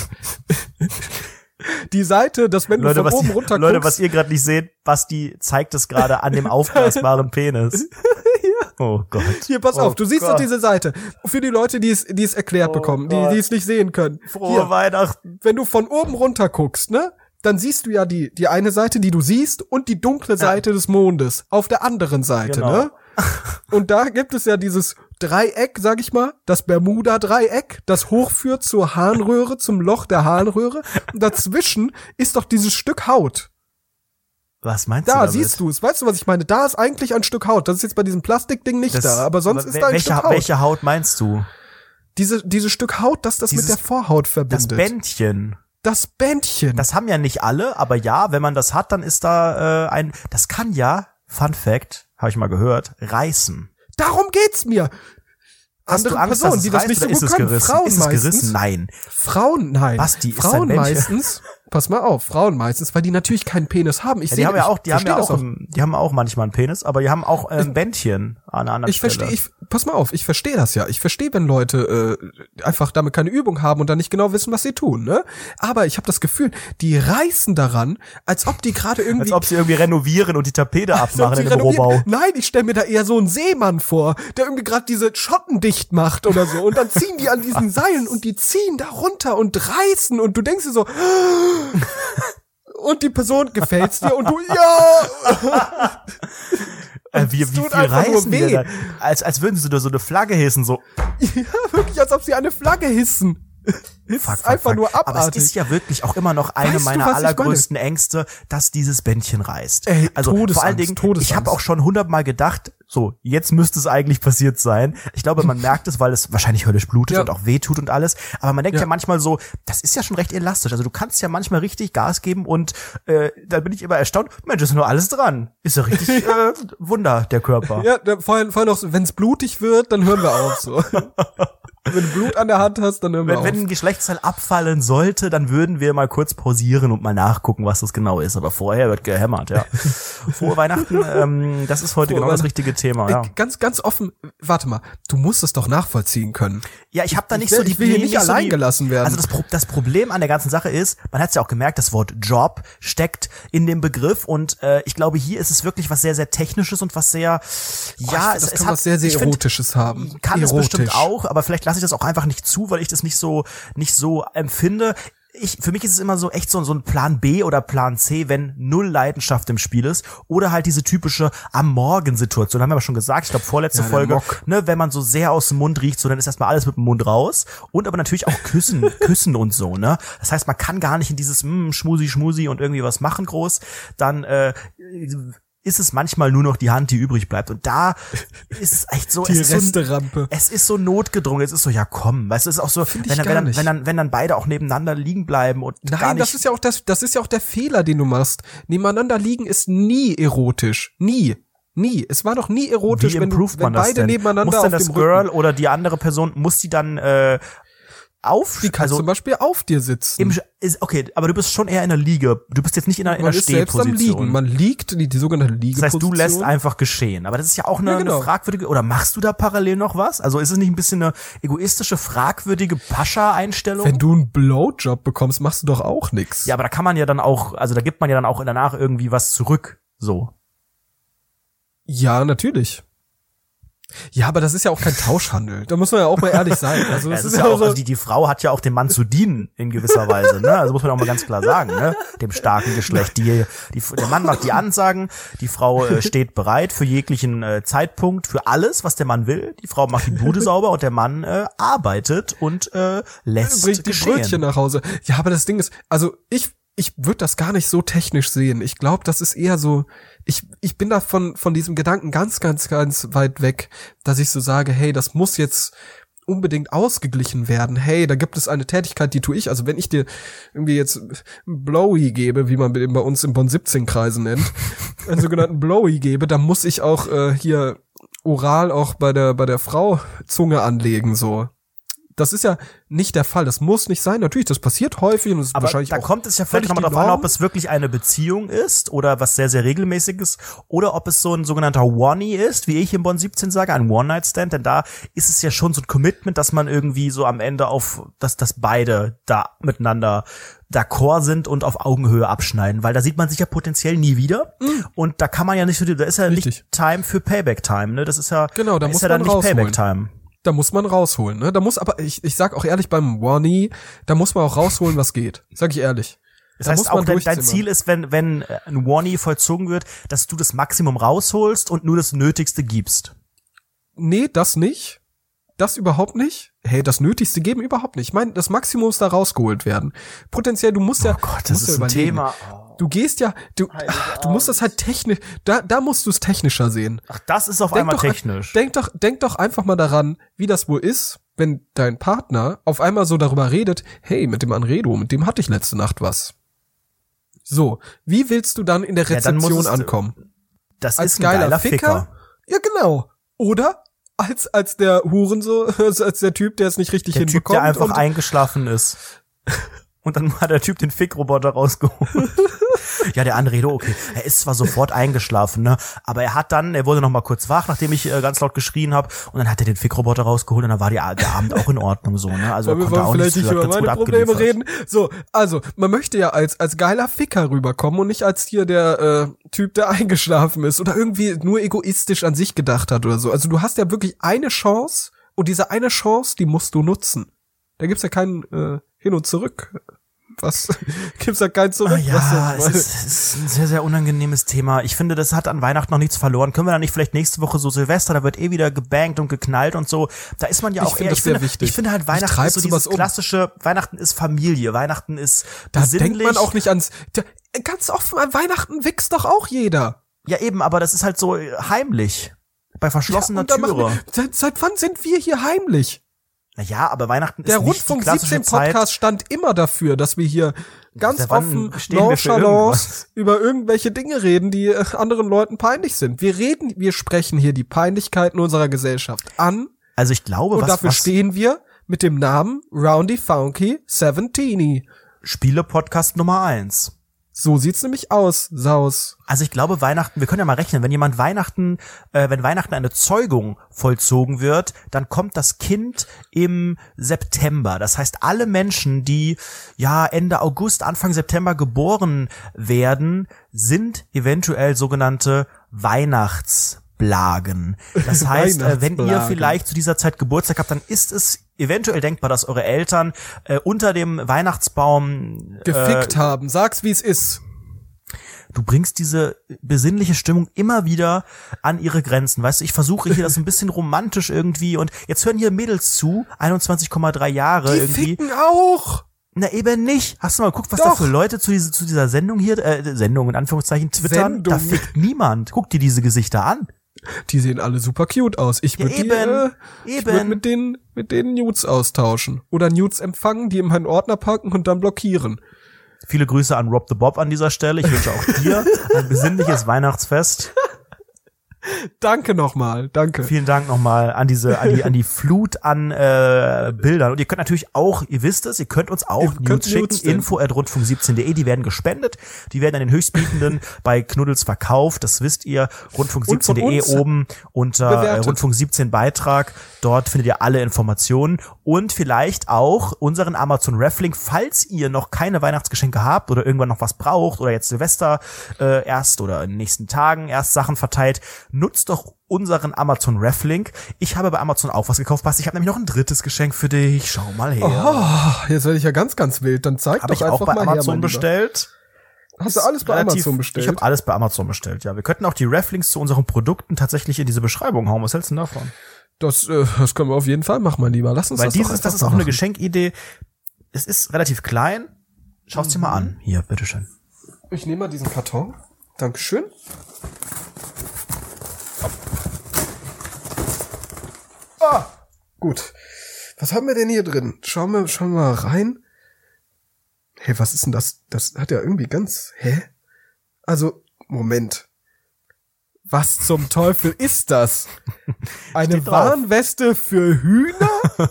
C: die Seite, dass wenn
D: Leute,
C: du von
D: was,
C: oben
D: ihr-
C: runter
D: Leute,
C: guckst,
D: was ihr gerade nicht seht, Basti zeigt es gerade an dem aufblasbaren Penis. Oh Gott.
C: hier, pass
D: Oh
C: auf, du siehst
D: Gott.
C: doch diese Seite. Für die Leute, die es, die es erklärt
D: Oh
C: bekommen, die,
D: Gott.
C: die es nicht sehen können.
D: Frohe
C: Hier,
D: Weihnachten.
C: wenn du von oben runter guckst, ne, dann siehst du ja die, die eine Seite, die du siehst, und die dunkle Seite des Mondes auf der anderen Seite,
D: Genau.
C: ne? Und da gibt es ja dieses Dreieck, sag ich mal, das Bermuda-Dreieck, das hochführt zur Harnröhre, zum Loch der Harnröhre. Und dazwischen ist doch dieses Stück Haut.
D: Was meinst du
C: Da
D: damit?
C: siehst du es. Weißt du, was ich meine? Da ist eigentlich ein Stück Haut. Das ist jetzt bei diesem Plastikding nicht
D: Das-
C: da, aber sonst
D: wel-
C: ist da ein
D: welche,
C: Stück Haut.
D: Welche Haut meinst du?
C: Diese, dieses Stück Haut, das das
D: Dieses-
C: mit der Vorhaut
D: Das
C: verbindet.
D: Bändchen.
C: Das Bändchen.
D: Das haben ja nicht alle, aber ja, wenn man das hat, dann ist da äh, ein, das kann ja, Fun Fact, habe ich mal gehört, reißen.
C: Darum geht's mir.
D: Hast
C: Andere
D: du Angst,
C: Personen,
D: dass es
C: die das
D: reißt,
C: nicht so
D: oder
C: gut
D: ist es
C: können.
D: gerissen?
C: Frauen
D: ist es
C: meistens.
D: gerissen? Nein.
C: Frauen, nein.
D: Basti, ist
C: Frauen
D: dein Bändchen-
C: meistens, pass mal auf, Frauen meistens, weil die natürlich keinen Penis haben. Ich
D: Ja,
C: sehe
D: die haben ja auch, die haben ja
C: versteh
D: auch,
C: das
D: ähm, die haben auch manchmal einen Penis, aber die haben auch ähm, Bändchen an einer anderen
C: Ich
D: Stelle.
C: verstehe, ich, pass mal auf, ich verstehe das ja. Ich verstehe, wenn Leute äh, einfach damit keine Übung haben und dann nicht genau wissen, was sie tun, ne? Aber ich habe das Gefühl, die reißen daran, als ob die gerade irgendwie
D: Als ob sie irgendwie renovieren und die Tapete
C: Als ob
D: abmachen
C: sie
D: in dem
C: renovieren.
D: Rohbau.
C: Nein, ich stelle mir da eher so einen Seemann vor, der irgendwie gerade diese Schotten dicht macht oder so. Und dann ziehen die an diesen Seilen und die ziehen da runter und reißen und du denkst dir so, und die Person gefällt's dir und du, ja!
D: Äh, wie,
C: es
D: wie
C: tut
D: viel
C: einfach nur
D: reißen die
C: weh.
D: denn da? Als, als würden sie nur so eine Flagge hissen, so.
C: Ja, wirklich, als ob sie eine Flagge hissen. Es
D: Fuck,
C: ist
D: fuck,
C: einfach
D: fuck.
C: nur
D: Aber
C: abartig.
D: es ist ja wirklich auch immer noch eine
C: Weißt du,
D: meiner
C: was ich
D: allergrößten Ängste, dass dieses Bändchen reißt.
C: Ey,
D: also
C: Todesangst,
D: vor allen Dingen,
C: Todesangst.
D: ich habe auch schon hundertmal gedacht, so, jetzt müsste es eigentlich passiert sein. Ich glaube, man merkt es, weil es wahrscheinlich höllisch blutet
C: Ja.
D: und auch wehtut und alles. Aber man denkt ja.
C: Ja.
D: manchmal so, das ist ja schon recht elastisch. Also du kannst ja manchmal richtig Gas geben und äh, da bin ich immer erstaunt, Mensch, ist nur alles dran. Ist ja richtig äh, Wunder, der Körper.
C: Ja, da, vorhin, vorhin noch, so, wenn es blutig wird, dann hören wir auf so. Wenn du Blut an der Hand hast, dann hören wir
D: Wenn,
C: auf.
D: wenn ein Geschlechtsteil abfallen sollte, dann würden wir mal kurz pausieren und mal nachgucken, was das genau ist. Aber vorher wird gehämmert, ja. Frohe Weihnachten, ähm, das ist heute
C: Frohe
D: genau das
C: Weihnachten.
D: richtige Thema, ja.
C: Ey, ganz, ganz offen, warte mal, du musst es doch nachvollziehen können.
D: Ja, ich habe da
C: Ich
D: nicht
C: will-
D: so die
C: ich will hier
D: nee,
C: nicht
D: so
C: allein
D: die,
C: gelassen werden.
D: Also das, Pro, das Problem an der ganzen Sache ist, man hat es ja auch gemerkt, das Wort Job steckt in dem Begriff und äh, ich glaube, hier ist es wirklich was sehr, sehr Technisches und was sehr, ja,
C: ich,
D: es,
C: das
D: es
C: kann
D: hat,
C: was sehr, sehr
D: ich find,
C: Erotisches haben.
D: Kann es
C: Erotisch.
D: bestimmt auch, aber vielleicht lasse ich das auch einfach nicht zu, weil ich das nicht so nicht so empfinde. Ich, für mich ist es immer so echt so, so ein Plan B oder Plan C, wenn null Leidenschaft im Spiel ist oder halt diese typische am Morgen Situation, haben wir aber schon gesagt, ich glaube vorletzte
C: Ja, der
D: Folge,
C: Mock.
D: ne, wenn man so sehr aus dem Mund riecht, so dann ist erstmal alles mit dem Mund raus und aber natürlich auch küssen, küssen und so, ne? Das heißt, man kann gar nicht in dieses mm, Schmusi Schmusi und irgendwie was machen groß, dann äh, ist es manchmal nur noch die Hand, die übrig bleibt. Und da ist es echt so,
C: Die
D: es ist so,
C: Resterampe.
D: es ist so notgedrungen, es ist so, ja komm, weißt du, es ist auch so,
C: Find ich
D: wenn dann,
C: gar
D: wenn, dann,
C: nicht.
D: wenn dann, wenn dann beide auch nebeneinander liegen bleiben und gar
C: Nein,
D: nicht.
C: das ist ja auch das, das ist ja auch der Fehler, den du machst. Nebeneinander liegen ist nie erotisch. Nie. Nie. Es war doch nie erotisch,
D: Wie
C: wenn, du,
D: improved
C: wenn
D: man das
C: beide
D: denn?
C: nebeneinander
D: Muss
C: auf
D: denn
C: dem
D: das
C: Rücken.
D: Girl oder die andere Person, muss die dann, äh, auf,
C: Die kann
D: also
C: zum Beispiel auf dir sitzen.
D: im, ist, okay, aber du bist schon eher in der Liege. Du bist jetzt nicht in einer, in
C: Man
D: einer
C: ist selbst am
D: Stehposition.
C: Liegen. Man liegt, die, die sogenannte
D: Das
C: Liegeposition.
D: heißt, du lässt einfach geschehen. Aber das ist ja auch eine,
C: Ja, genau.
D: eine fragwürdige, oder machst du da parallel noch was? Also ist es nicht ein bisschen eine egoistische, fragwürdige Pascha-Einstellung?
C: Wenn du einen Blowjob bekommst, machst du doch auch nix.
D: Ja, aber da kann man ja dann auch, also da gibt man ja dann auch danach irgendwie was zurück. So.
C: Ja, natürlich. Ja, aber das ist ja auch kein Tauschhandel. Da muss man ja auch mal ehrlich sein. Also das
D: Ja, es
C: ist
D: ist
C: ja
D: ja
C: auch
D: auch,
C: so,
D: also die, die Frau hat ja auch dem Mann zu dienen in gewisser Weise, ne? Also muss man auch mal ganz klar sagen, ne? Dem starken Geschlecht. Die, die, der Mann macht die Ansagen, die Frau äh, steht bereit für jeglichen äh, Zeitpunkt, für alles, was der Mann will. Die Frau macht die Bude sauber und der Mann äh, arbeitet und äh, lässt
C: bringt die
D: geschehen.
C: Brötchen nach Hause. Ja, aber das Ding ist, also ich ich würde das gar nicht so technisch sehen. Ich glaube, das ist eher so, ich ich bin da von von diesem Gedanken ganz ganz ganz weit weg, dass ich so sage, hey, das muss jetzt unbedingt ausgeglichen werden. Hey, da gibt es eine Tätigkeit, die tue ich. Also wenn ich dir irgendwie jetzt Blowy gebe, wie man den bei uns im Bonn siebzehn Kreisen nennt, einen sogenannten Blowy gebe, dann muss ich auch äh, hier oral auch bei der bei der Frau Zunge anlegen, so. Das ist ja nicht der Fall. Das muss nicht sein. Natürlich, das passiert häufig und es ist
D: Aber
C: wahrscheinlich
D: da
C: auch
D: kommt es ja vielleicht
C: völlig
D: nochmal
C: die
D: drauf an,
C: Norm.
D: ob es wirklich eine Beziehung ist oder was sehr, sehr regelmäßiges oder ob es so ein sogenannter One-Night ist, wie ich in Bonn siebzehn sage, ein One-Night-Stand, denn da ist es ja schon so ein Commitment, dass man irgendwie so am Ende auf, dass, dass beide da miteinander d'accord sind und auf Augenhöhe abschneiden, weil da sieht man sich ja potenziell nie wieder
C: Mhm.
D: und da kann man ja nicht so, da ist ja
C: Richtig.
D: nicht Time für Payback-Time, ne, das ist ja,
C: Genau, da
D: ist
C: muss
D: ja dann
C: man
D: nicht
C: rausholen.
D: Payback-Time.
C: Da muss man rausholen, ne? Da muss aber, ich, ich sag auch ehrlich, beim Warnie, da muss man auch rausholen, was geht. Sag ich ehrlich.
D: Das
C: Da
D: heißt
C: muss man
D: auch, dein, dein
C: durchzimmern.
D: Ziel ist, wenn, wenn ein Warnie vollzogen wird, dass du das Maximum rausholst und nur das Nötigste gibst.
C: Nee, das nicht. Das überhaupt nicht. Hey, das Nötigste geben überhaupt nicht. Ich meine, das Maximum muss da rausgeholt werden. Potenziell, du musst ja,
D: Oh Gott,
C: du musst ja überlegen. Du gehst ja, du, ach, du musst das halt technisch, da, da musst du es technischer sehen.
D: Ach, das ist auf
C: Denk
D: einmal
C: doch,
D: technisch.
C: Denk doch, denk doch einfach mal daran, wie das wohl ist, wenn dein Partner auf einmal so darüber redet, hey, mit dem Anredo, mit dem hatte ich letzte Nacht was. So, wie willst du dann in der
D: Ja, dann muss
C: Rezeption
D: es-
C: ankommen?
D: Das
C: Als
D: ist ein
C: geiler
D: geiler
C: Ficker?
D: Ficker.
C: Ja, genau. Oder als, als der Hurensohn, als der Typ, der es nicht richtig
D: Der Typ,
C: hinbekommt.
D: der einfach
C: und
D: eingeschlafen ist. Und dann hat der Typ den Fickroboter rausgeholt. Ja, der Anredo, okay. Er ist zwar sofort eingeschlafen, ne, aber er hat dann, er wurde noch mal kurz wach, nachdem ich äh, ganz laut geschrien habe, und dann hat er den Fickroboter rausgeholt und dann war die, der Abend auch in Ordnung so, ne? Also er
C: wir
D: konnte
C: wollen
D: auch
C: vielleicht
D: nichts
C: nicht über
D: gesagt, ganz
C: meine
D: gut
C: Probleme
D: abgeliefert.
C: reden. So, also, man möchte ja als, als geiler Ficker rüberkommen und nicht als hier der äh, Typ, der eingeschlafen ist oder irgendwie nur egoistisch an sich gedacht hat oder so. Also du hast ja wirklich eine Chance und diese eine Chance, die musst du nutzen. Da gibt's ja kein äh, Hin und Zurück. Was? Gibt's ja kein Zurück?
D: Ah, ja,
C: was
D: es ist, es ist ein sehr, sehr unangenehmes Thema. Ich finde, das hat an Weihnachten noch nichts verloren. Können wir dann nicht vielleicht nächste Woche so Silvester, da wird eh wieder gebankt und geknallt und so. Da ist man ja
C: Ich
D: auch
C: finde
D: eher,
C: das
D: ich
C: sehr
D: finde,
C: wichtig.
D: ich finde halt
C: Ich
D: Weihnachten
C: treib
D: ist so
C: sowas
D: dieses
C: um.
D: klassische, Weihnachten ist Familie, Weihnachten ist
C: Da
D: besinnlich.
C: denkt man auch nicht ans, da, ganz offen, an Weihnachten wächst doch auch jeder.
D: Ja eben, aber das ist halt so heimlich. Bei verschlossener
C: Ja, und da machen
D: Türe.
C: wir- Seit, seit wann sind wir hier heimlich?
D: Naja, aber Weihnachten
C: Der
D: ist nicht die
C: Rundfunk
D: klassische
C: siebzehn
D: Zeit.
C: Podcast stand immer dafür, dass wir hier ganz
D: Seit wann
C: offen,
D: stehen wir für
C: nonchalant
D: irgendwas?
C: über irgendwelche Dinge reden, die äh, anderen Leuten peinlich sind. Wir reden, wir sprechen hier die Peinlichkeiten unserer Gesellschaft an
D: Also ich glaube,
C: und
D: was,
C: dafür
D: was
C: stehen wir mit dem Namen Roundy Funky Seventeeny.
D: Spiele-Podcast Nummer eins.
C: So sieht's nämlich aus, Saus.
D: Also ich glaube, Weihnachten, wir können ja mal rechnen, wenn jemand Weihnachten, äh, wenn Weihnachten eine Zeugung vollzogen wird, dann kommt das Kind im September. Das heißt, alle Menschen, die ja Ende August, Anfang September geboren werden, sind eventuell sogenannte Weihnachtsblagen. Das heißt, äh, wenn ihr
C: Weihnachtsblagen.
D: vielleicht zu dieser Zeit Geburtstag habt, dann ist es eventuell denkbar, dass eure Eltern äh, unter dem Weihnachtsbaum
C: Gefickt haben, sag's wie's ist.
D: Du bringst diese besinnliche Stimmung immer wieder an ihre Grenzen. Weißt du, ich versuche hier das ein bisschen romantisch irgendwie und jetzt hören hier Mädels zu, einundzwanzig Komma drei Jahre
C: Die
D: irgendwie.
C: ficken auch.
D: Na eben nicht. Hast du mal geguckt, was
C: Doch.
D: da für Leute zu, diese, zu dieser Sendung hier, äh, Sendung in Anführungszeichen, twittern?
C: Sendung.
D: Da fickt niemand. Guck dir diese Gesichter an.
C: Die sehen alle super cute aus. Ich
D: Ja,
C: würde die,
D: eben,
C: äh, ich würd
D: eben.
C: mit denen, mit denen Nudes austauschen. Oder Nudes empfangen, die in meinen Ordner packen und dann blockieren.
D: Viele Grüße an Rob the Bob an dieser Stelle. Ich wünsche auch dir ein besinnliches Weihnachtsfest.
C: Danke nochmal, danke.
D: Vielen Dank nochmal an diese, an die, an die Flut an äh, Bildern. Und ihr könnt natürlich auch, ihr wisst es, ihr könnt uns auch
C: Ihr könnt
D: Nudes schicken,
C: Nudes
D: info at rundfunk siebzehn punkt de, die werden gespendet, die werden an den Höchstbietenden bei Knuddels verkauft, das wisst ihr, rundfunk siebzehn punkt de oben unter äh, Rundfunk siebzehn Beitrag, dort findet ihr alle Informationen und vielleicht auch unseren Amazon Reflink, falls ihr noch keine Weihnachtsgeschenke habt oder irgendwann noch was braucht oder jetzt Silvester äh, erst oder in den nächsten Tagen erst Sachen verteilt, nutzt doch unseren Amazon Reflink. Ich habe bei Amazon auch was gekauft, Basti. Ich habe nämlich noch ein drittes Geschenk für dich. Schau mal her.
C: Oh, jetzt werde ich ja ganz, ganz wild. Dann zeig
D: Hab
C: doch
D: ich
C: einfach
D: auch bei
C: mal
D: Amazon
C: her,
D: bestellt.
C: Hast du alles bei
D: Relativ,
C: Amazon bestellt?
D: Ich habe alles bei Amazon bestellt, ja. Wir könnten auch die Reflinks zu unseren Produkten tatsächlich in diese Beschreibung hauen. Was hältst du denn davon?
C: Das, äh, das können wir auf jeden Fall machen, mein Lieber. Lass uns
D: Weil
C: das
D: dieses,
C: doch einfach
D: das ist
C: mal
D: auch eine
C: machen.
D: Geschenkidee. Es ist relativ klein. Schau's dir mal an. Hier, bitteschön.
C: Ich nehme mal diesen Karton. Dankeschön. Ah, gut. Was haben wir denn hier drin? Schauen wir, schauen wir mal rein. Hey, was ist denn das? Das hat ja irgendwie ganz, hä? Also, Moment. Was zum Teufel ist das? Eine Warnweste für Hühner?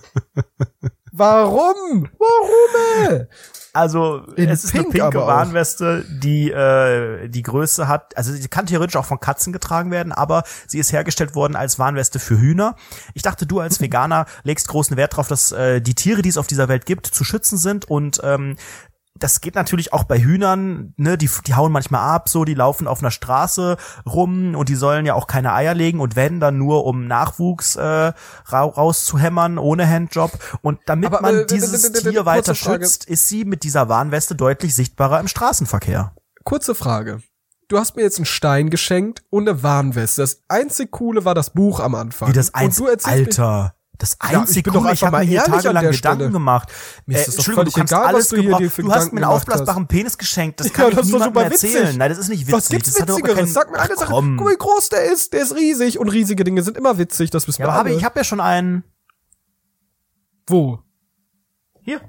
C: Warum? Warum, ey?
D: Also,
C: In
D: es ist
C: Pink
D: eine pinke
C: aber auch.
D: Warnweste, die äh, die Größe hat, also sie kann theoretisch auch von Katzen getragen werden, aber sie ist hergestellt worden als Warnweste für Hühner. Ich dachte, du als Veganer legst großen Wert darauf, dass äh, die Tiere, die es auf dieser Welt gibt, zu schützen sind und ähm, das geht natürlich auch bei Hühnern, ne, die, die hauen manchmal ab, so, die laufen auf einer Straße rum und die sollen ja auch keine Eier legen und wenn, dann nur um Nachwuchs äh, ra rauszuhämmern, ohne Handjob. Und damit
C: Aber,
D: man
C: äh,
D: dieses
C: d- d- d-
D: Tier weiter
C: kurze Frage.
D: schützt, ist sie mit dieser Warnweste deutlich sichtbarer im Straßenverkehr.
C: Kurze Frage. Du hast mir jetzt einen Stein geschenkt und eine Warnweste. Das einzig Coole war das Buch am Anfang.
D: Wie das
C: Und
D: einzig,
C: du erzählst mir-
D: Alter. Das
C: Ja,
D: einzig
C: ich bin doch
D: Coole, ich
C: einfach
D: habe
C: mal
D: mir hier
C: ehrlich an
D: tagelang
C: der
D: Gedanken
C: Stelle.
D: gemacht.
C: Mir ist
D: Äh,
C: das doch
D: Entschuldigung,
C: völlig
D: du kannst
C: egal, was
D: alles
C: du hier
D: gebrauchen.
C: dir für
D: Du hast mir
C: Gedanken
D: einen
C: gemacht
D: aufblasbaren
C: hast.
D: Penis geschenkt. Das
C: Ja,
D: kann
C: das
D: ich
C: ist doch
D: niemandem
C: super witzig.
D: erzählen. Nein, das ist nicht witzig.
C: Was gibt's
D: das hat überhaupt
C: Witzigeres?
D: keinen-
C: Sag mir eine
D: Ach,
C: Sache.
D: komm.
C: Guck mal, wie groß der ist. Der ist riesig und riesige Dinge sind immer witzig. Das wissen
D: Ja,
C: wir
D: aber habe
C: alle.
D: ich, ich habe ja schon einen.
C: Wo?
D: Hier.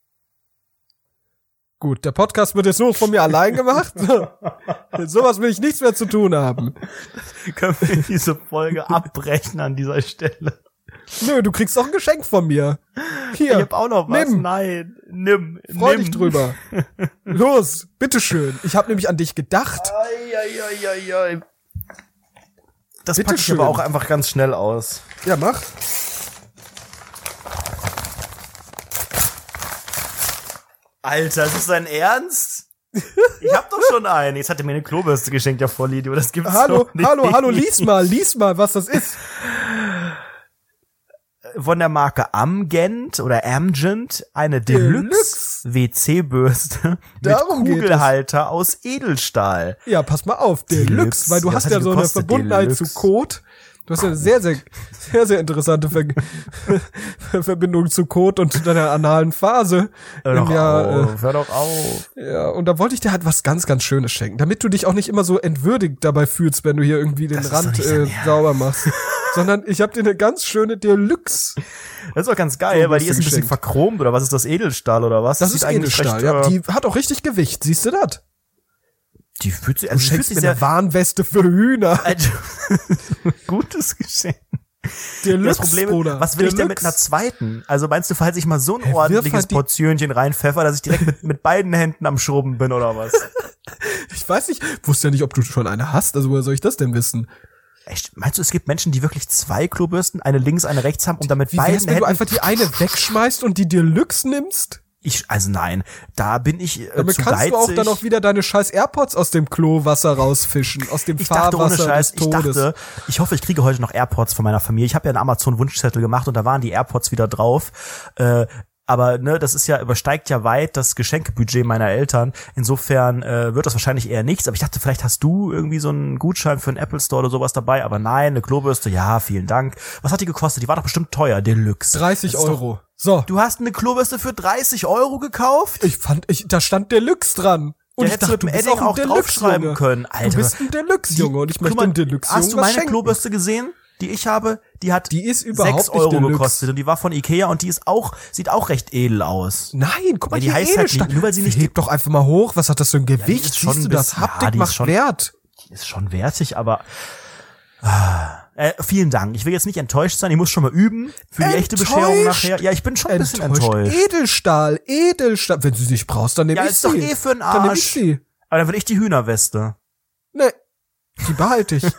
C: Gut, der Podcast wird jetzt nur von mir allein gemacht. Mit sowas will ich nichts mehr zu tun haben.
D: Können wir diese Folge abbrechen an dieser Stelle?
C: Nö, du kriegst auch ein Geschenk von mir. Hier,
D: Ich hab auch noch was.
C: nimm.
D: Nein, nimm.
C: freu
D: nimm.
C: dich drüber. Los, bitteschön. Ich habe nämlich an dich gedacht.
D: Ai, ai, ai, ai, ai. Das
C: Bitte
D: packe ich
C: schön.
D: aber auch einfach ganz schnell aus.
C: Ja, mach.
D: Alter, ist das dein Ernst? Ich hab doch schon einen. Jetzt hat er mir eine Klobürste geschenkt, der Vollidiot. Das gibt's
C: Hallo,
D: doch nicht.
C: hallo, hallo, lies mal, lies mal, was das ist.
D: Von der Marke Amgent oder Amgent eine Deluxe W C-Bürste mit
C: Darum geht es.
D: Kugelhalter aus Edelstahl.
C: Ja, pass mal auf, Deluxe,
D: Deluxe.
C: weil du
D: Ja,
C: hast
D: was hat
C: ja
D: die
C: so eine
D: gekostet,
C: Verbundenheit
D: Deluxe?
C: zu Code. Du hast ja eine sehr, sehr, sehr, sehr interessante Ver Verbindung zu Code und deiner analen Phase.
D: Hör
C: im
D: doch
C: Jahr,
D: auf, hör doch auf.
C: Äh, ja, und da wollte ich dir halt was ganz, ganz Schönes schenken, damit du dich auch nicht immer so entwürdigt dabei fühlst, wenn du hier irgendwie den
D: Das ist doch
C: Rand
D: nicht dein
C: äh,
D: Ernst.
C: sauber machst. Sondern ich habe dir eine ganz schöne Deluxe.
D: Das ist doch ganz geil,
C: So
D: weil die
C: wirst
D: ist
C: du
D: ein bisschen
C: geschenkt.
D: verchromt oder was ist das, Edelstahl oder was?
C: Das
D: sieht
C: ist
D: eigentlich
C: Edelstahl,
D: recht,
C: ja.
D: äh,
C: Die hat auch richtig Gewicht, siehst du das?
D: die fühlt sich,
C: Du
D: also die fühlt
C: schenkst
D: sich
C: mir
D: sehr
C: eine Warnweste für Hühner.
D: Also, gutes Geschenk.
C: Deluxe,
D: Das Problem ist,
C: Bruder.
D: was will ich denn mit
C: Deluxe.
D: einer zweiten? Also meinst du, falls ich mal so ein
C: Hä, wirf
D: ordentliches
C: halt die-
D: Portionchen reinpfeffer, dass ich direkt mit, mit beiden Händen am Schrubben bin oder was?
C: Ich weiß nicht, wusste ja nicht, ob du schon eine hast, also woher soll ich das denn wissen?
D: Echt? Meinst du, es gibt Menschen, die wirklich zwei Klobürsten, eine links, eine rechts haben und damit
C: Wie
D: beiden
C: wär's, wenn
D: Händen...
C: du einfach die eine wegschmeißt und die Deluxe nimmst?
D: ich, also nein, da bin ich äh,
C: Damit
D: zu
C: kannst
D: geizig.
C: du auch dann auch wieder deine scheiß AirPods aus dem Klowasser rausfischen, aus dem
D: Ich dachte ohne
C: Fahrwasser
D: Scheiß,
C: des
D: ich
C: Todes.
D: dachte, ich hoffe, ich kriege heute noch AirPods von meiner Familie. Ich habe ja einen Amazon-Wunschzettel gemacht und da waren die AirPods wieder drauf. Äh, aber ne, das ist ja, übersteigt ja weit das Geschenkebudget meiner Eltern. Insofern äh, wird das wahrscheinlich eher nichts. Aber ich dachte, vielleicht hast du irgendwie so einen Gutschein für einen Apple Store oder sowas dabei. Aber nein, eine Klobürste, ja, vielen Dank. Was hat die gekostet? Die war doch bestimmt teuer, Deluxe.
C: dreißig
D: Das ist doch-
C: Euro. So,
D: Du hast eine Klobürste für dreißig Euro gekauft?
C: ich fand, ich, da stand Deluxe dran. Und
D: Ja,
C: ich
D: hättest
C: dachte,
D: du
C: du
D: mit dem
C: bist
D: Edding
C: auch ein
D: auch draufschreiben
C: Deluxe-Junge.
D: können. Alter,
C: Du bist ein Deluxe-Junge und ich
D: guck
C: möchte
D: mal,
C: einen Deluxe-Jungen
D: Hast du
C: was
D: meine
C: schenken.
D: Klobürste gesehen, die ich habe? Die hat
C: Die ist überhaupt
D: sechs
C: nicht
D: Euro
C: Deluxe.
D: gekostet und die war von Ikea und die ist auch, sieht auch recht edel aus.
C: Nein, guck mal,
D: Ja, die
C: hier
D: heißt halt
C: Edelstahl.
D: nicht- nur weil sie nicht-
C: Heb doch einfach mal hoch. Was hat das für ein
D: die
C: Gewicht?
D: ist schon
C: Siehst du
D: ein
C: das?
D: bisschen-
C: Haptik
D: ja, die ist
C: macht
D: schon-
C: Wert.
D: Die ist schon wertig, aber Äh, vielen Dank. Ich will jetzt nicht enttäuscht sein. Ich muss schon mal üben für die echte Bescherung nachher. Ja, ich bin schon ein bisschen enttäuscht.
C: Edelstahl, Edelstahl. Wenn du sie nicht brauchst, dann nehme
D: ja,
C: ich sie.
D: Ja, ist doch eh für den Arsch.
C: Dann nehme ich sie.
D: Aber dann will ich die Hühnerweste.
C: Nee, die behalte ich.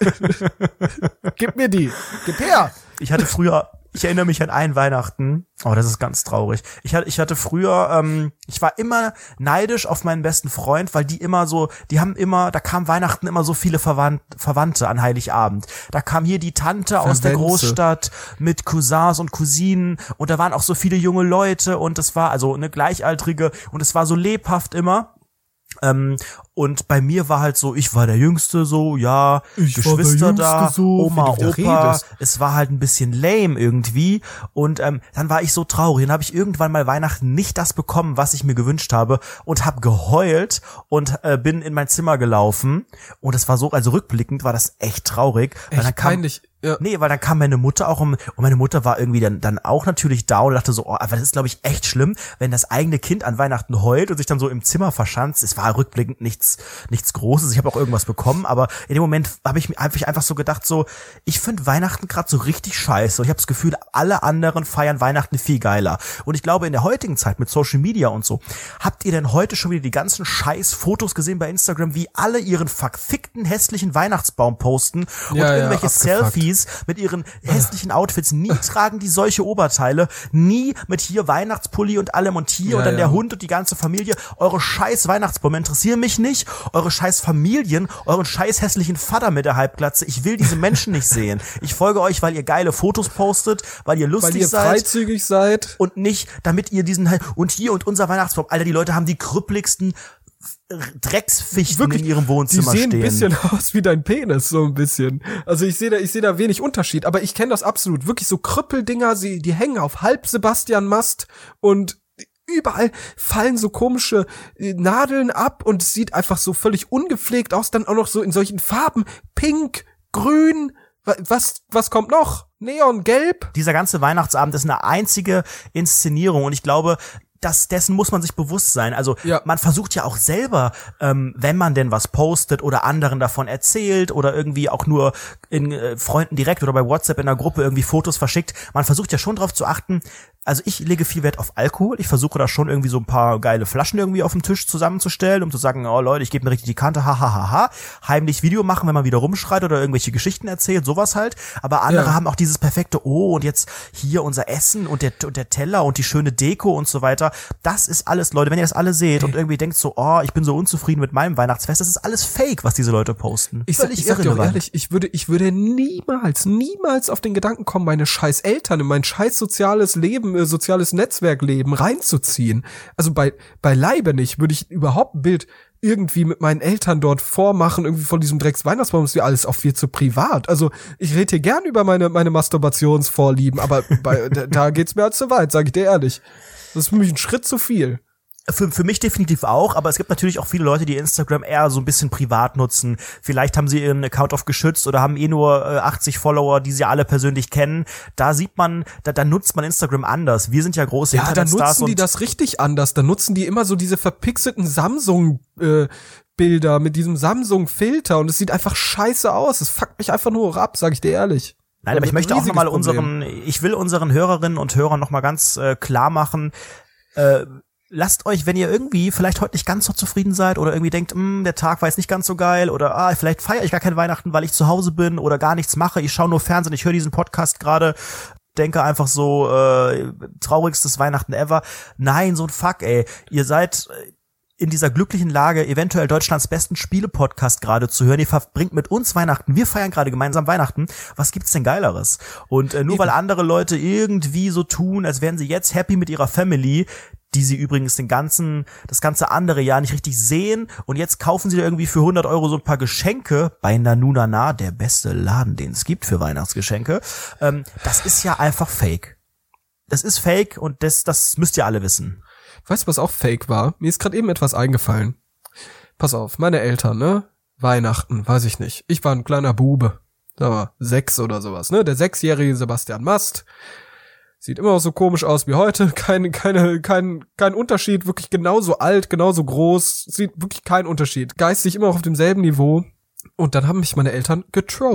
C: Gib mir die. Gib her.
D: Ich hatte früher... Ich erinnere mich an einen Weihnachten. Oh, das ist ganz traurig. Ich hatte, ich hatte früher, ähm, ich war immer neidisch auf meinen besten Freund, weil die immer so, die haben immer, da kam Weihnachten immer so viele Verwand, Verwandte an Heiligabend. Da kam hier die Tante Verwänze. aus der Großstadt mit Cousins und Cousinen und da waren auch so viele junge Leute und es war also eine Gleichaltrige und es war so lebhaft immer. Ähm, und bei mir war halt so, ich war der Jüngste so, ja,
C: ich
D: Geschwister da,
C: so,
D: Oma, Opa, es war halt ein bisschen lame irgendwie und ähm, dann war ich so traurig, dann habe ich irgendwann mal Weihnachten nicht das bekommen, was ich mir gewünscht habe und habe geheult und äh, bin in mein Zimmer gelaufen und es war so, also rückblickend war das echt traurig.
C: Echt
D: weil dann kam,
C: peinlich. Ja.
D: Nee, weil dann kam meine Mutter auch um, und meine Mutter war irgendwie dann, dann auch natürlich da und dachte so, oh, aber das ist glaube ich echt schlimm, wenn das eigene Kind an Weihnachten heult und sich dann so im Zimmer verschanzt. Es war rückblickend nichts, nichts Großes. Ich habe auch irgendwas bekommen, aber in dem Moment habe ich mir einfach, einfach so gedacht so, ich finde Weihnachten gerade so richtig scheiße. Und ich habe das Gefühl, alle anderen feiern Weihnachten viel geiler. Und ich glaube, in der heutigen Zeit mit Social Media und so, habt ihr denn heute schon wieder die ganzen scheiß Fotos gesehen bei Instagram, wie alle ihren verfickten hässlichen Weihnachtsbaum posten und
C: ja,
D: irgendwelche
C: ja,
D: Selfies mit ihren hässlichen Outfits, nie tragen die solche Oberteile, nie mit hier Weihnachtspulli und allem und hier
C: ja,
D: und dann
C: ja.
D: der Hund und die ganze Familie. Eure scheiß Weihnachtsbäume interessieren mich nicht, eure scheiß Familien, euren scheiß hässlichen Vater mit der Halbglatze, ich will diese Menschen nicht sehen. Ich folge euch, weil ihr geile Fotos postet, weil ihr lustig
C: weil ihr
D: seid.
C: freizügig seid.
D: Und nicht, damit ihr diesen, und hier und unser Weihnachtsbaum, Alter, die Leute haben die krüppeligsten Drecksfichten wirklich, in ihrem Wohnzimmer stehen.
C: Die sehen stehen. ein bisschen aus wie dein Penis, so ein bisschen. Also ich sehe da, ich sehe da wenig Unterschied, aber ich kenne das absolut. Wirklich so Krüppeldinger, sie, die hängen auf halb Sebastian-Mast und überall fallen so komische Nadeln ab und es sieht einfach so völlig ungepflegt aus, dann auch noch so in solchen Farben, pink, grün, was, was kommt noch? Neon, gelb?
D: Dieser ganze Weihnachtsabend ist eine einzige Inszenierung und ich glaube, das, dessen muss man sich bewusst sein. Also ja. man versucht ja auch selber, ähm, wenn man denn was postet oder anderen davon erzählt oder irgendwie auch nur in äh, Freunden direkt oder bei WhatsApp in der Gruppe irgendwie Fotos verschickt, man versucht ja schon drauf zu achten. Also ich lege viel Wert auf Alkohol. Ich versuche da schon irgendwie so ein paar geile Flaschen irgendwie auf dem Tisch zusammenzustellen, um zu sagen, oh Leute, ich gebe mir richtig die Kante, ha, ha, ha, ha. Heimlich Video machen, wenn man wieder rumschreit oder irgendwelche Geschichten erzählt, sowas halt. Aber andere ja. haben auch dieses perfekte, oh, und jetzt hier unser Essen und der, und der Teller und die schöne Deko und so weiter. Das ist alles, Leute, wenn ihr das alle seht und irgendwie denkt so, oh, ich bin so unzufrieden mit meinem Weihnachtsfest, das ist alles Fake, was diese Leute posten.
C: Ich, sag, ich sag dir auch ehrlich, ich würde, ich würde niemals, niemals auf den Gedanken kommen, meine scheiß Eltern in mein scheiß soziales Leben, äh, soziales Netzwerkleben reinzuziehen. Also bei, beileibe nicht, würde ich überhaupt ein Bild irgendwie mit meinen Eltern dort vormachen, irgendwie von diesem Drecks-Weihnachtsbaum, ist ja alles auch viel zu privat. Also ich rede hier gern über meine, meine Masturbationsvorlieben, aber bei, da geht's mir halt zu weit, sage ich dir ehrlich. Das ist für mich ein Schritt zu viel.
D: Für, für mich definitiv auch, aber es gibt natürlich auch viele Leute, die Instagram eher so ein bisschen privat nutzen. Vielleicht haben sie ihren Account auf geschützt oder haben eh nur äh, achtzig Follower, die sie alle persönlich kennen. Da sieht man, da, da nutzt man Instagram anders. Wir sind ja große
C: ja,
D: Internetstars.
C: Ja, da nutzen die das richtig anders. Da nutzen die immer so diese verpixelten Samsung äh, Bilder mit diesem Samsung-Filter und es sieht einfach scheiße aus. Es fuckt mich einfach nur ab, sag ich dir ehrlich.
D: Nein, aber ich möchte auch nochmal unseren, ich will unseren Hörerinnen und Hörern nochmal ganz äh, klar machen, äh, lasst euch, wenn ihr irgendwie vielleicht heute nicht ganz so zufrieden seid oder irgendwie denkt, mh, der Tag war jetzt nicht ganz so geil oder ah, vielleicht feiere ich gar kein Weihnachten, weil ich zu Hause bin oder gar nichts mache, ich schaue nur Fernsehen, ich höre diesen Podcast gerade, denke einfach so, äh, traurigstes Weihnachten ever. Nein, so ein Fuck, ey. Ihr seid in dieser glücklichen Lage, eventuell Deutschlands besten Spiele-Podcast gerade zu hören. Ihr verbringt mit uns Weihnachten. Wir feiern gerade gemeinsam Weihnachten. Was gibt's denn Geileres? Und äh, nur weil andere Leute irgendwie so tun, als wären sie jetzt happy mit ihrer Family, die sie übrigens den ganzen, das ganze andere Jahr nicht richtig sehen. Und jetzt kaufen sie da irgendwie für hundert Euro so ein paar Geschenke bei Nanunana, der beste Laden, den es gibt für Weihnachtsgeschenke. Ähm, das ist ja einfach Fake. Das ist Fake und das, das müsst ihr alle wissen.
C: Weißt du, was auch Fake war? Mir ist gerade eben etwas eingefallen. Pass auf, meine Eltern, ne? Weihnachten, weiß ich nicht. Ich war ein kleiner Bube. Da war sechs oder sowas, ne? Der sechsjährige Sebastian Mast. Sieht immer noch so komisch aus wie heute. Keine, keine, kein, kein Unterschied. Wirklich genauso alt, genauso groß. Sieht wirklich kein Unterschied. Geistig immer noch auf demselben Niveau. Und dann haben mich meine Eltern getrollt.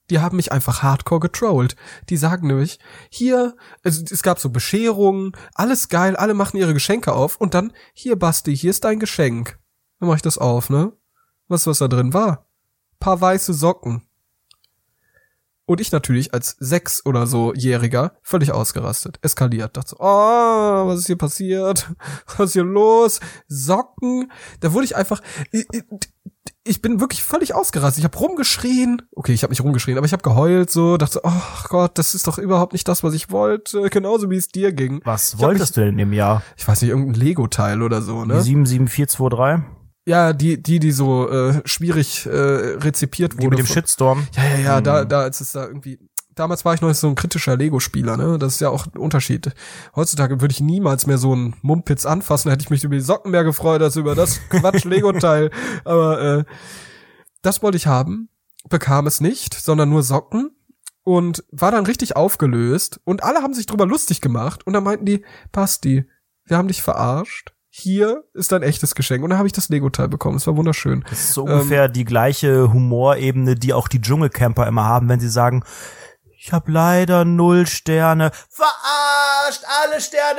C: Die haben mich einfach hardcore getrollt. Die sagen nämlich, hier, es, es gab so Bescherungen, alles geil, alle machen ihre Geschenke auf und dann, hier Basti, hier ist dein Geschenk. Dann mach ich das auf, ne? Was, was da drin war? Paar weiße Socken. Und ich natürlich als sechs oder so Jähriger völlig ausgerastet, eskaliert, dachte so, oh, was ist hier passiert? Was ist hier los? Socken? Da wurde ich einfach, ich, ich bin wirklich völlig ausgerastet. Ich habe rumgeschrien. Okay, ich habe nicht rumgeschrien, aber ich habe geheult so, dachte, oh Gott, das ist doch überhaupt nicht das, was ich wollte, genauso wie es dir ging.
D: Was
C: ich
D: wolltest mich, du denn im Jahr?
C: Ich weiß nicht, irgendein Lego-Teil oder so, ne?
D: Die sieben sieben vier zwei drei?
C: Ja, die, die, die so äh, schwierig äh, rezipiert wurde.
D: Die mit dem Shitstorm.
C: Ja, ja, ja,
D: hm.
C: da, da, als es da irgendwie. Damals war ich noch so ein kritischer Lego-Spieler, ne? Das ist ja auch ein Unterschied. Heutzutage würde ich niemals mehr so einen Mumpitz anfassen, hätte ich mich über die Socken mehr gefreut als über das Quatsch-Lego-Teil. Aber äh, das wollte ich haben, bekam es nicht, sondern nur Socken und war dann richtig aufgelöst und alle haben sich drüber lustig gemacht und dann meinten die, Basti, wir haben dich verarscht. Hier ist dein echtes Geschenk. Und dann habe ich das Lego-Teil bekommen. Es war wunderschön.
D: Das ist so ungefähr ähm, die gleiche Humorebene, die auch die Dschungelcamper immer haben, wenn sie sagen, ich habe leider null Sterne. Verarscht, alle Sterne.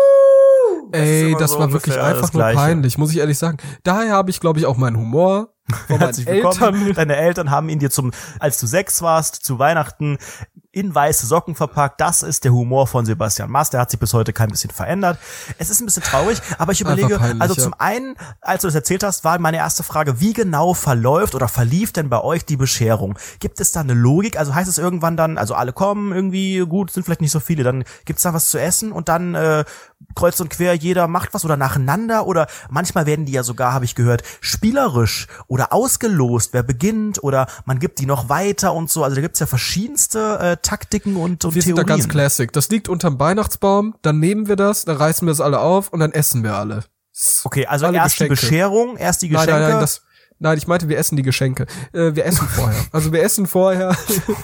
D: Uh!
C: Das Ey, das so war wirklich einfach nur peinlich, muss ich ehrlich sagen. Daher habe ich, glaube ich, auch meinen Humor. Von meinen Eltern.
D: Deine Eltern haben ihn dir zum, als du sechs warst, zu Weihnachten in weiße Socken verpackt. Das ist der Humor von Sebastian Maas. Der hat sich bis heute kein bisschen verändert. Es ist ein bisschen traurig, aber ich überlege, peinlich, also zum ja. einen, als du das erzählt hast, war meine erste Frage, wie genau verläuft oder verlief denn bei euch die Bescherung? Gibt es da eine Logik? Also heißt es irgendwann dann, also alle kommen irgendwie, gut, sind vielleicht nicht so viele, dann gibt's da was zu essen und dann äh, kreuz und quer, jeder macht was oder nacheinander oder manchmal werden die ja sogar, habe ich gehört, spielerisch oder ausgelost, wer beginnt oder man gibt die noch weiter und so. Also da gibt's ja verschiedenste äh, Taktiken und, und
C: wir
D: Theorien.
C: Sind da ganz classic. Das liegt unterm Weihnachtsbaum, dann nehmen wir das, dann reißen wir es alle auf und dann essen wir alle.
D: Okay, also
C: alle
D: erst
C: Geschenke.
D: Die Bescherung, erst die Geschenke.
C: Nein, nein, nein, das, nein, ich meinte, wir essen die Geschenke. Äh, wir essen vorher. Also wir essen vorher.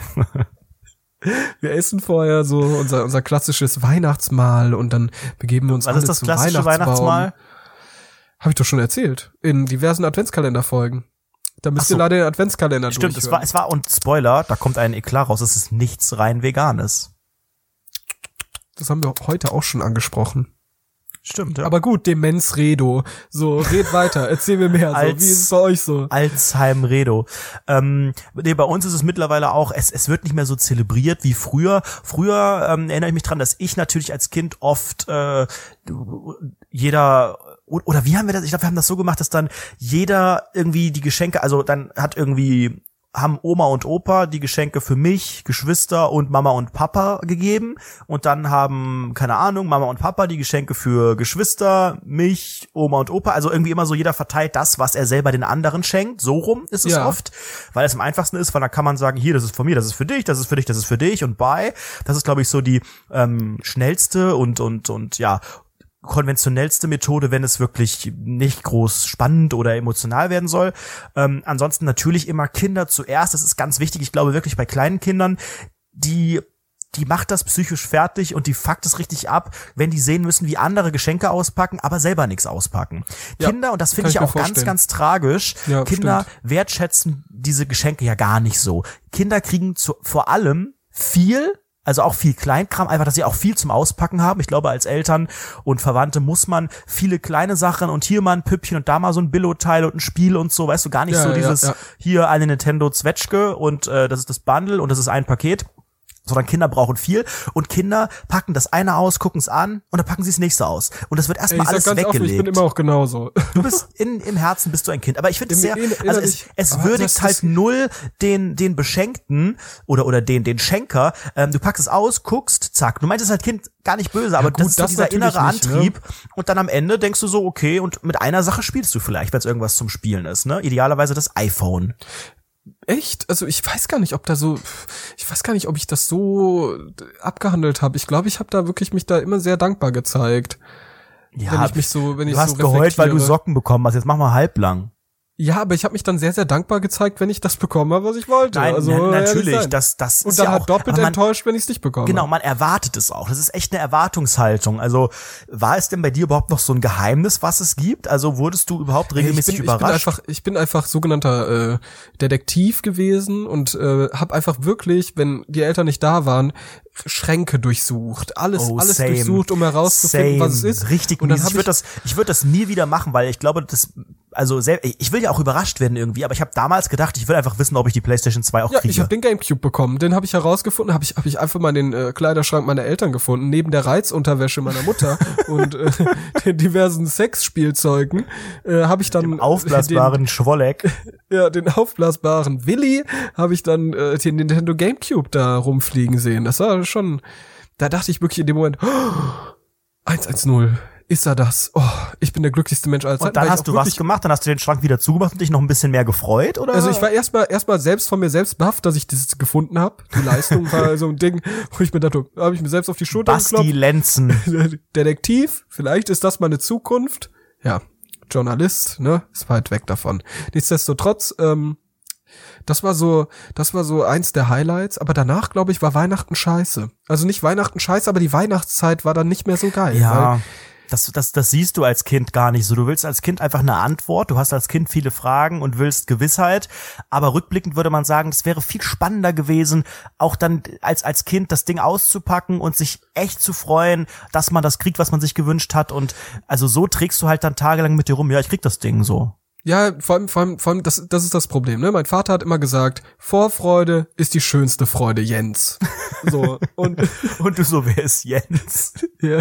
C: Wir essen vorher so unser unser klassisches Weihnachtsmahl und dann begeben wir uns
D: Was
C: alle
D: ist das
C: zum
D: klassische
C: Weihnachtsbaum.
D: Weihnachtsmahl?
C: Habe ich doch schon erzählt. In diversen Adventskalenderfolgen. Da müsst
D: so.
C: ihr leider den Adventskalender
D: Stimmt,
C: durchhören.
D: es war, es war, und Spoiler, da kommt ein Eklat raus, es ist nichts rein Veganes.
C: Das haben wir heute auch schon angesprochen.
D: Stimmt, ja.
C: Aber gut, Demenzredo. So, red weiter, erzähl mir mehr.
D: Als,
C: so, wie ist es bei euch so?
D: Alzheimredo. Ähm, nee, bei uns ist es mittlerweile auch, es, es wird nicht mehr so zelebriert wie früher. Früher ähm, erinnere ich mich dran, dass ich natürlich als Kind oft äh, jeder oder wie haben wir das? Ich glaube, wir haben das so gemacht, dass dann jeder irgendwie die Geschenke, also dann hat irgendwie haben Oma und Opa die Geschenke für mich, Geschwister und Mama und Papa gegeben und dann haben, keine Ahnung, Mama und Papa die Geschenke für Geschwister, mich, Oma und Opa, also irgendwie immer so jeder verteilt das, was er selber den anderen schenkt, so rum ist es
C: ja.
D: oft, weil es am einfachsten ist, weil da kann man sagen, hier, das ist von mir, das ist für dich, das ist für dich, das ist für dich und bye. Das ist, glaube ich, so die ähm, schnellste und und und ja, konventionellste Methode, wenn es wirklich nicht groß spannend oder emotional werden soll. Ähm, ansonsten natürlich immer Kinder zuerst. Das ist ganz wichtig. Ich glaube wirklich bei kleinen Kindern, die die macht das psychisch fertig und die fuckt es richtig ab, wenn die sehen müssen, wie andere Geschenke auspacken, aber selber nichts auspacken. Ja, Kinder, und das finde ich, ich auch ganz, ganz tragisch, ja, Kinder stimmt. wertschätzen diese Geschenke ja gar nicht so. Kinder kriegen zu, vor allem viel, also auch viel Kleinkram, einfach, dass sie auch viel zum Auspacken haben. Ich glaube, als Eltern und Verwandte muss man viele kleine Sachen und hier mal ein Püppchen und da mal so ein Billo-Teil und ein Spiel und so, weißt du, gar nicht ja, so dieses, ja, ja. hier eine Nintendo Zwetschge und äh, das ist das Bundle und das ist ein Paket. Sondern Kinder brauchen viel und Kinder packen das eine aus, gucken es an und dann packen sie das nächste aus. Und das wird erstmal alles weggelegt. Offen,
C: ich bin immer auch genauso.
D: Du bist in, im Herzen bist du ein Kind. Aber ich finde es sehr, also es, es würdigt halt null den, den Beschenkten oder, oder den, den Schenker. Ähm, du packst es aus, guckst, zack. Du meintest halt Kind gar nicht böse, aber ja, gut, das ist das so dieser innere nicht, Antrieb. Ne? Und dann am Ende denkst du so, okay, und mit einer Sache spielst du vielleicht, wenn es irgendwas zum Spielen ist, ne? Idealerweise das iPhone.
C: Echt? Also ich weiß gar nicht, ob da so, ich weiß gar nicht, ob ich das so abgehandelt habe. Ich glaube, ich habe da wirklich mich da immer sehr dankbar gezeigt.
D: Ja,
C: wenn ich mich so, wenn
D: du
C: ich
D: hast
C: so
D: geheult, weil du Socken bekommen hast. Jetzt mach mal halblang.
C: Ja, aber ich habe mich dann sehr, sehr dankbar gezeigt, wenn ich das bekommen habe, was ich wollte.
D: Nein,
C: also,
D: na, natürlich, das, das
C: und
D: ist
C: dann
D: ja
C: halt
D: auch,
C: doppelt
D: man,
C: enttäuscht, wenn ich es nicht bekomme.
D: Genau, man erwartet es auch. Das ist echt eine Erwartungshaltung. Also war es denn bei dir überhaupt noch so ein Geheimnis, was es gibt? Also wurdest du überhaupt regelmäßig
C: ich bin,
D: überrascht?
C: Ich bin einfach, ich bin einfach sogenannter äh, Detektiv gewesen und äh, habe einfach wirklich, wenn die Eltern nicht da waren, Schränke durchsucht, alles,
D: oh,
C: alles
D: same.
C: durchsucht, um herauszufinden,
D: Same.
C: was es ist.
D: Richtig,
C: und dann
D: mies. ich würde das, ich würde das nie wieder machen, weil ich glaube, das, also sel- ich will ja auch überrascht werden irgendwie, aber ich habe damals gedacht, ich will einfach wissen, ob ich die PlayStation zwei auch
C: ja,
D: kriege.
C: ich habe den GameCube bekommen, den habe ich herausgefunden, habe ich, habe ich einfach mal in den äh, Kleiderschrank meiner Eltern gefunden, neben der Reizunterwäsche meiner Mutter und äh, den diversen Sexspielzeugen, äh, habe ich dann
D: Dem aufblasbaren
C: den,
D: Schwolleck.
C: Ja, den aufblasbaren Willi habe ich dann äh, den Nintendo GameCube da rumfliegen sehen. Das war schon, da dachte ich wirklich in dem Moment, oh, eins eins null, ist er das? Oh, ich bin der glücklichste Mensch aller Zeiten.
D: Und dann hast du was gemacht, dann hast du den Schrank wieder zugemacht und dich noch ein bisschen mehr gefreut, oder?
C: Also ich war erstmal erstmal selbst von mir selbst baff, dass ich das gefunden habe. Die Leistung war so ein Ding, wo ich mir dachte, habe ich mir selbst auf die Schulter
D: Basti
C: geklopft.
D: Lenzen.
C: Detektiv, vielleicht ist das meine Zukunft. Ja, Journalist, ne, ist weit weg davon. Nichtsdestotrotz, ähm, das war so, das war so eins der Highlights, aber danach, glaube ich, war Weihnachten scheiße. Also nicht Weihnachten scheiße, aber die Weihnachtszeit war dann nicht mehr so geil.
D: Ja.
C: Weil
D: Das, das, das siehst du als Kind gar nicht so. Du willst als Kind einfach eine Antwort. Du hast als Kind viele Fragen und willst Gewissheit. Aber rückblickend würde man sagen, es wäre viel spannender gewesen, auch dann als, als Kind das Ding auszupacken und sich echt zu freuen, dass man das kriegt, was man sich gewünscht hat. Und also so trägst du halt dann tagelang mit dir rum. Ja, ich krieg das Ding so.
C: Ja, vor allem, vor allem, vor allem, das, das ist das Problem, ne? Mein Vater hat immer gesagt, Vorfreude ist die schönste Freude, Jens. So, und,
D: und du so, wer ist Jens?
C: Ja.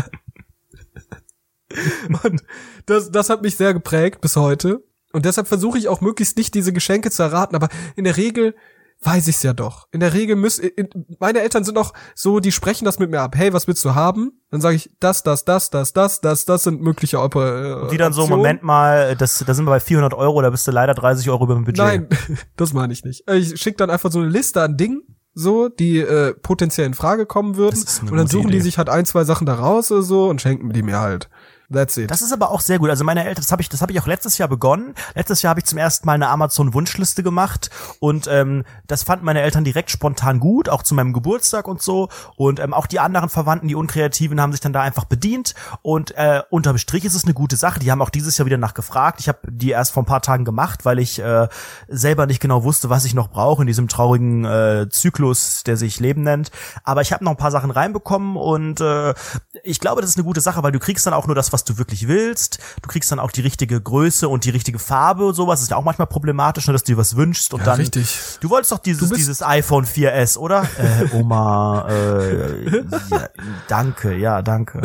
C: Und das, das hat mich sehr geprägt bis heute. Und deshalb versuche ich auch möglichst nicht diese Geschenke zu erraten, aber in der Regel weiß ich's ja doch. In der Regel müssen, meine Eltern sind auch so, die sprechen das mit mir ab. Hey, was willst du haben? Dann sage ich, das, das, das, das, das, das, das sind mögliche Operationen.
D: Und die dann so, Moment mal, das, da sind wir bei vierhundert Euro, da bist du leider dreißig Euro über dem Budget.
C: Nein, das meine ich nicht. Ich schicke dann einfach so eine Liste an Dingen, so, die äh, potenziell in Frage kommen würden. Und dann suchen Idee. die sich halt ein, zwei Sachen da raus oder so und schenken die mir halt. That's it.
D: Das ist aber auch sehr gut. Also meine Eltern, das habe ich, das habe ich auch letztes Jahr begonnen. Letztes Jahr habe ich zum ersten Mal eine Amazon-Wunschliste gemacht und ähm, das fanden meine Eltern direkt spontan gut, auch zu meinem Geburtstag und so. Und ähm, auch die anderen Verwandten, die Unkreativen, haben sich dann da einfach bedient. Und äh, unterm Strich ist es eine gute Sache. Die haben auch dieses Jahr wieder nachgefragt. Ich habe die erst vor ein paar Tagen gemacht, weil ich äh, selber nicht genau wusste, was ich noch brauche in diesem traurigen äh, Zyklus, der sich Leben nennt. Aber ich habe noch ein paar Sachen reinbekommen und äh, ich glaube, das ist eine gute Sache, weil du kriegst dann auch nur das, was du wirklich willst. Du kriegst dann auch die richtige Größe und die richtige Farbe und sowas. Das ist ja auch manchmal problematisch, dass du dir was wünschst und
C: ja,
D: dann.
C: Richtig.
D: Du wolltest doch dieses, dieses iPhone vier S, oder? äh, Oma, äh, ja, danke, ja, danke.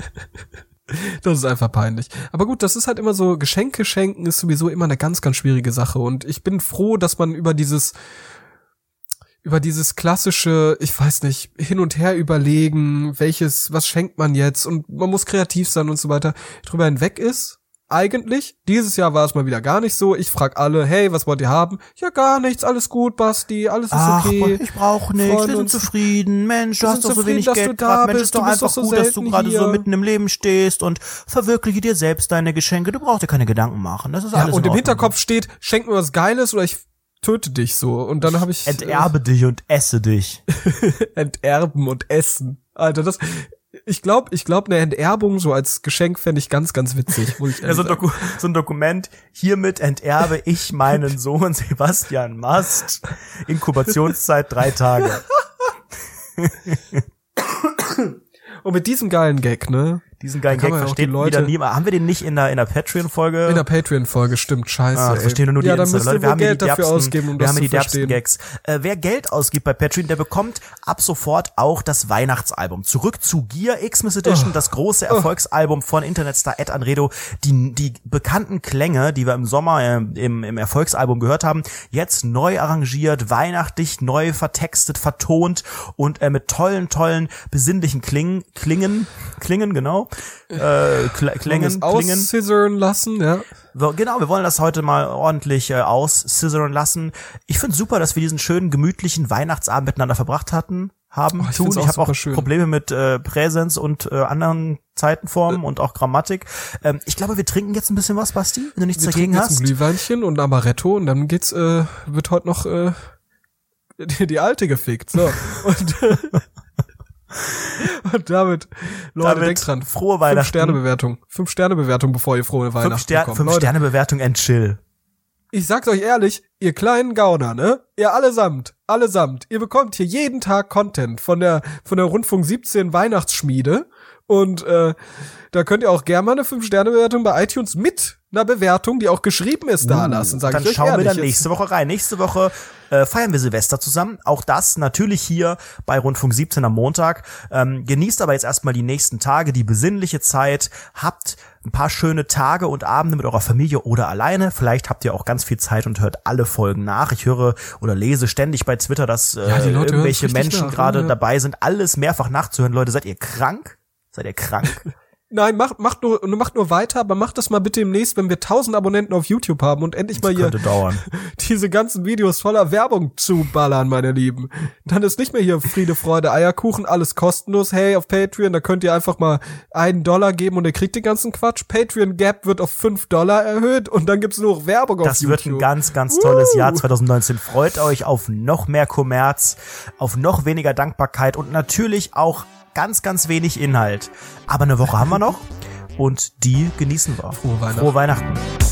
C: Das ist einfach peinlich. Aber gut, das ist halt immer so, Geschenke schenken ist sowieso immer eine ganz, ganz schwierige Sache. Und ich bin froh, dass man über dieses über dieses klassische, ich weiß nicht, hin und her überlegen, welches, was schenkt man jetzt und man muss kreativ sein und so weiter, drüber hinweg ist. Eigentlich, dieses Jahr war es mal wieder gar nicht so. Ich frag alle, hey, was wollt ihr haben? Ja, gar nichts, alles gut, Basti, alles ist
D: Ach,
C: okay.
D: ich brauch nichts, wir sind zufrieden. Mensch, du hast doch so wenig Geld
C: gehabt.
D: Mensch, ist doch einfach
C: so
D: gut, dass du gerade so
C: hier.
D: mitten im Leben stehst und verwirkliche dir selbst deine Geschenke. Du brauchst dir keine Gedanken machen. Das ist
C: ja,
D: alles
C: und
D: in
C: im Hinterkopf steht, schenk mir was Geiles oder ich töte dich so. Und dann habe ich
D: enterbe äh, dich und esse dich.
C: Enterben und essen. Alter, das ich glaube, ich glaube eine Enterbung so als Geschenk fände ich ganz, ganz witzig. Muss ich
D: ja, so, ein Doku- so ein Dokument, hiermit enterbe ich meinen Sohn Sebastian Mast. Inkubationszeit drei Tage.
C: Und mit diesem geilen Gag, ne?
D: Diesen geilen Gag versteht wieder niemand. Haben wir den nicht in der in der Patreon-Folge?
C: In der Patreon-Folge, stimmt, scheiße.
D: Ah, verstehen nur die
C: ja, dann müsst ihr
D: wir haben
C: Geld
D: die
C: dafür
D: derbsten,
C: ausgeben, um
D: wir
C: das
D: haben
C: zu
D: die derbsten
C: verstehen.
D: Gags. Äh, wer Geld ausgibt bei Patreon, der bekommt ab sofort auch das Weihnachtsalbum. Zurück zu Gear Xmas Edition, oh. das große Erfolgsalbum von Internetstar Ed Anredo. Die die bekannten Klänge, die wir im Sommer äh, im im Erfolgsalbum gehört haben, jetzt neu arrangiert, weihnachtlich, neu vertextet, vertont und äh, mit tollen, tollen, besinnlichen Klingen, Klingen, Klingen, genau. Äh, Kl- Klängen.
C: Ausscissern lassen, ja.
D: Genau, wir wollen das heute mal ordentlich äh, ausscissern lassen. Ich finde super, dass wir diesen schönen, gemütlichen Weihnachtsabend miteinander verbracht hatten, haben,
C: oh, ich
D: tun. Ich habe auch
C: schön.
D: Probleme mit äh, Präsenz und äh, anderen Zeitenform und auch Grammatik. Ähm, ich glaube, wir trinken jetzt ein bisschen was, Basti, wenn du nichts
C: wir
D: dagegen hast.
C: Jetzt ein Glühweinchen und Amaretto und dann geht's, äh, wird heute noch äh, die, die alte gefickt. So. Und, und damit, Leute,
D: damit
C: denkt dran.
D: Frohe Weihnachten.
C: Fünf-Sterne-Bewertung. Fünf-Sterne-Bewertung, bevor ihr frohe Weihnachten
D: Fünf, Ster-
C: bekommt.
D: fünf
C: Leute,
D: Sterne-Bewertung and chill.
C: ich sag's euch ehrlich, ihr kleinen Gauner, ne? Ihr allesamt, allesamt. Ihr bekommt hier jeden Tag Content von der von der Rundfunk siebzehn Weihnachtsschmiede. Und äh, da könnt ihr auch gerne mal eine Fünf-Sterne-Bewertung bei iTunes mit einer Bewertung, die auch geschrieben ist, da lassen. Sag
D: Dann
C: ich euch
D: schauen
C: ehrlich
D: wir dann
C: jetzt.
D: nächste Woche rein. Nächste Woche äh, feiern wir Silvester zusammen. Auch das natürlich hier bei Rundfunk siebzehn am Montag. Ähm, genießt aber jetzt erstmal die nächsten Tage, die besinnliche Zeit. Habt ein paar schöne Tage und Abende mit eurer Familie oder alleine. Vielleicht habt ihr auch ganz viel Zeit und hört alle Folgen nach. Ich höre oder lese ständig bei Twitter, dass äh,
C: Ja, die Leute
D: irgendwelche
C: hören's richtig
D: Menschen
C: nach,
D: gerade
C: ja.
D: dabei sind, alles mehrfach nachzuhören. Leute, seid ihr krank? Seid ihr krank?
C: Nein, macht macht nur macht nur weiter, aber macht das mal bitte demnächst, wenn wir tausend Abonnenten auf YouTube haben und endlich mal
D: Das
C: hier
D: könnte dauern.
C: diese ganzen Videos voller Werbung zu ballern, meine Lieben. Dann ist nicht mehr hier Friede, Freude, Eierkuchen, alles kostenlos. Hey, auf Patreon, da könnt ihr einfach mal einen Dollar geben und ihr kriegt den ganzen Quatsch. Patreon Gap wird auf fünf Dollar erhöht und dann gibt's nur noch Werbung auf
D: Das
C: YouTube.
D: wird ein ganz, ganz tolles Jahr zwanzig neunzehn. Freut euch auf noch mehr Kommerz, auf noch weniger Dankbarkeit und natürlich auch ganz, ganz wenig Inhalt. Aber eine Woche haben wir noch und die genießen wir.
C: Frohe Weihnachten.
D: Frohe Weihnachten.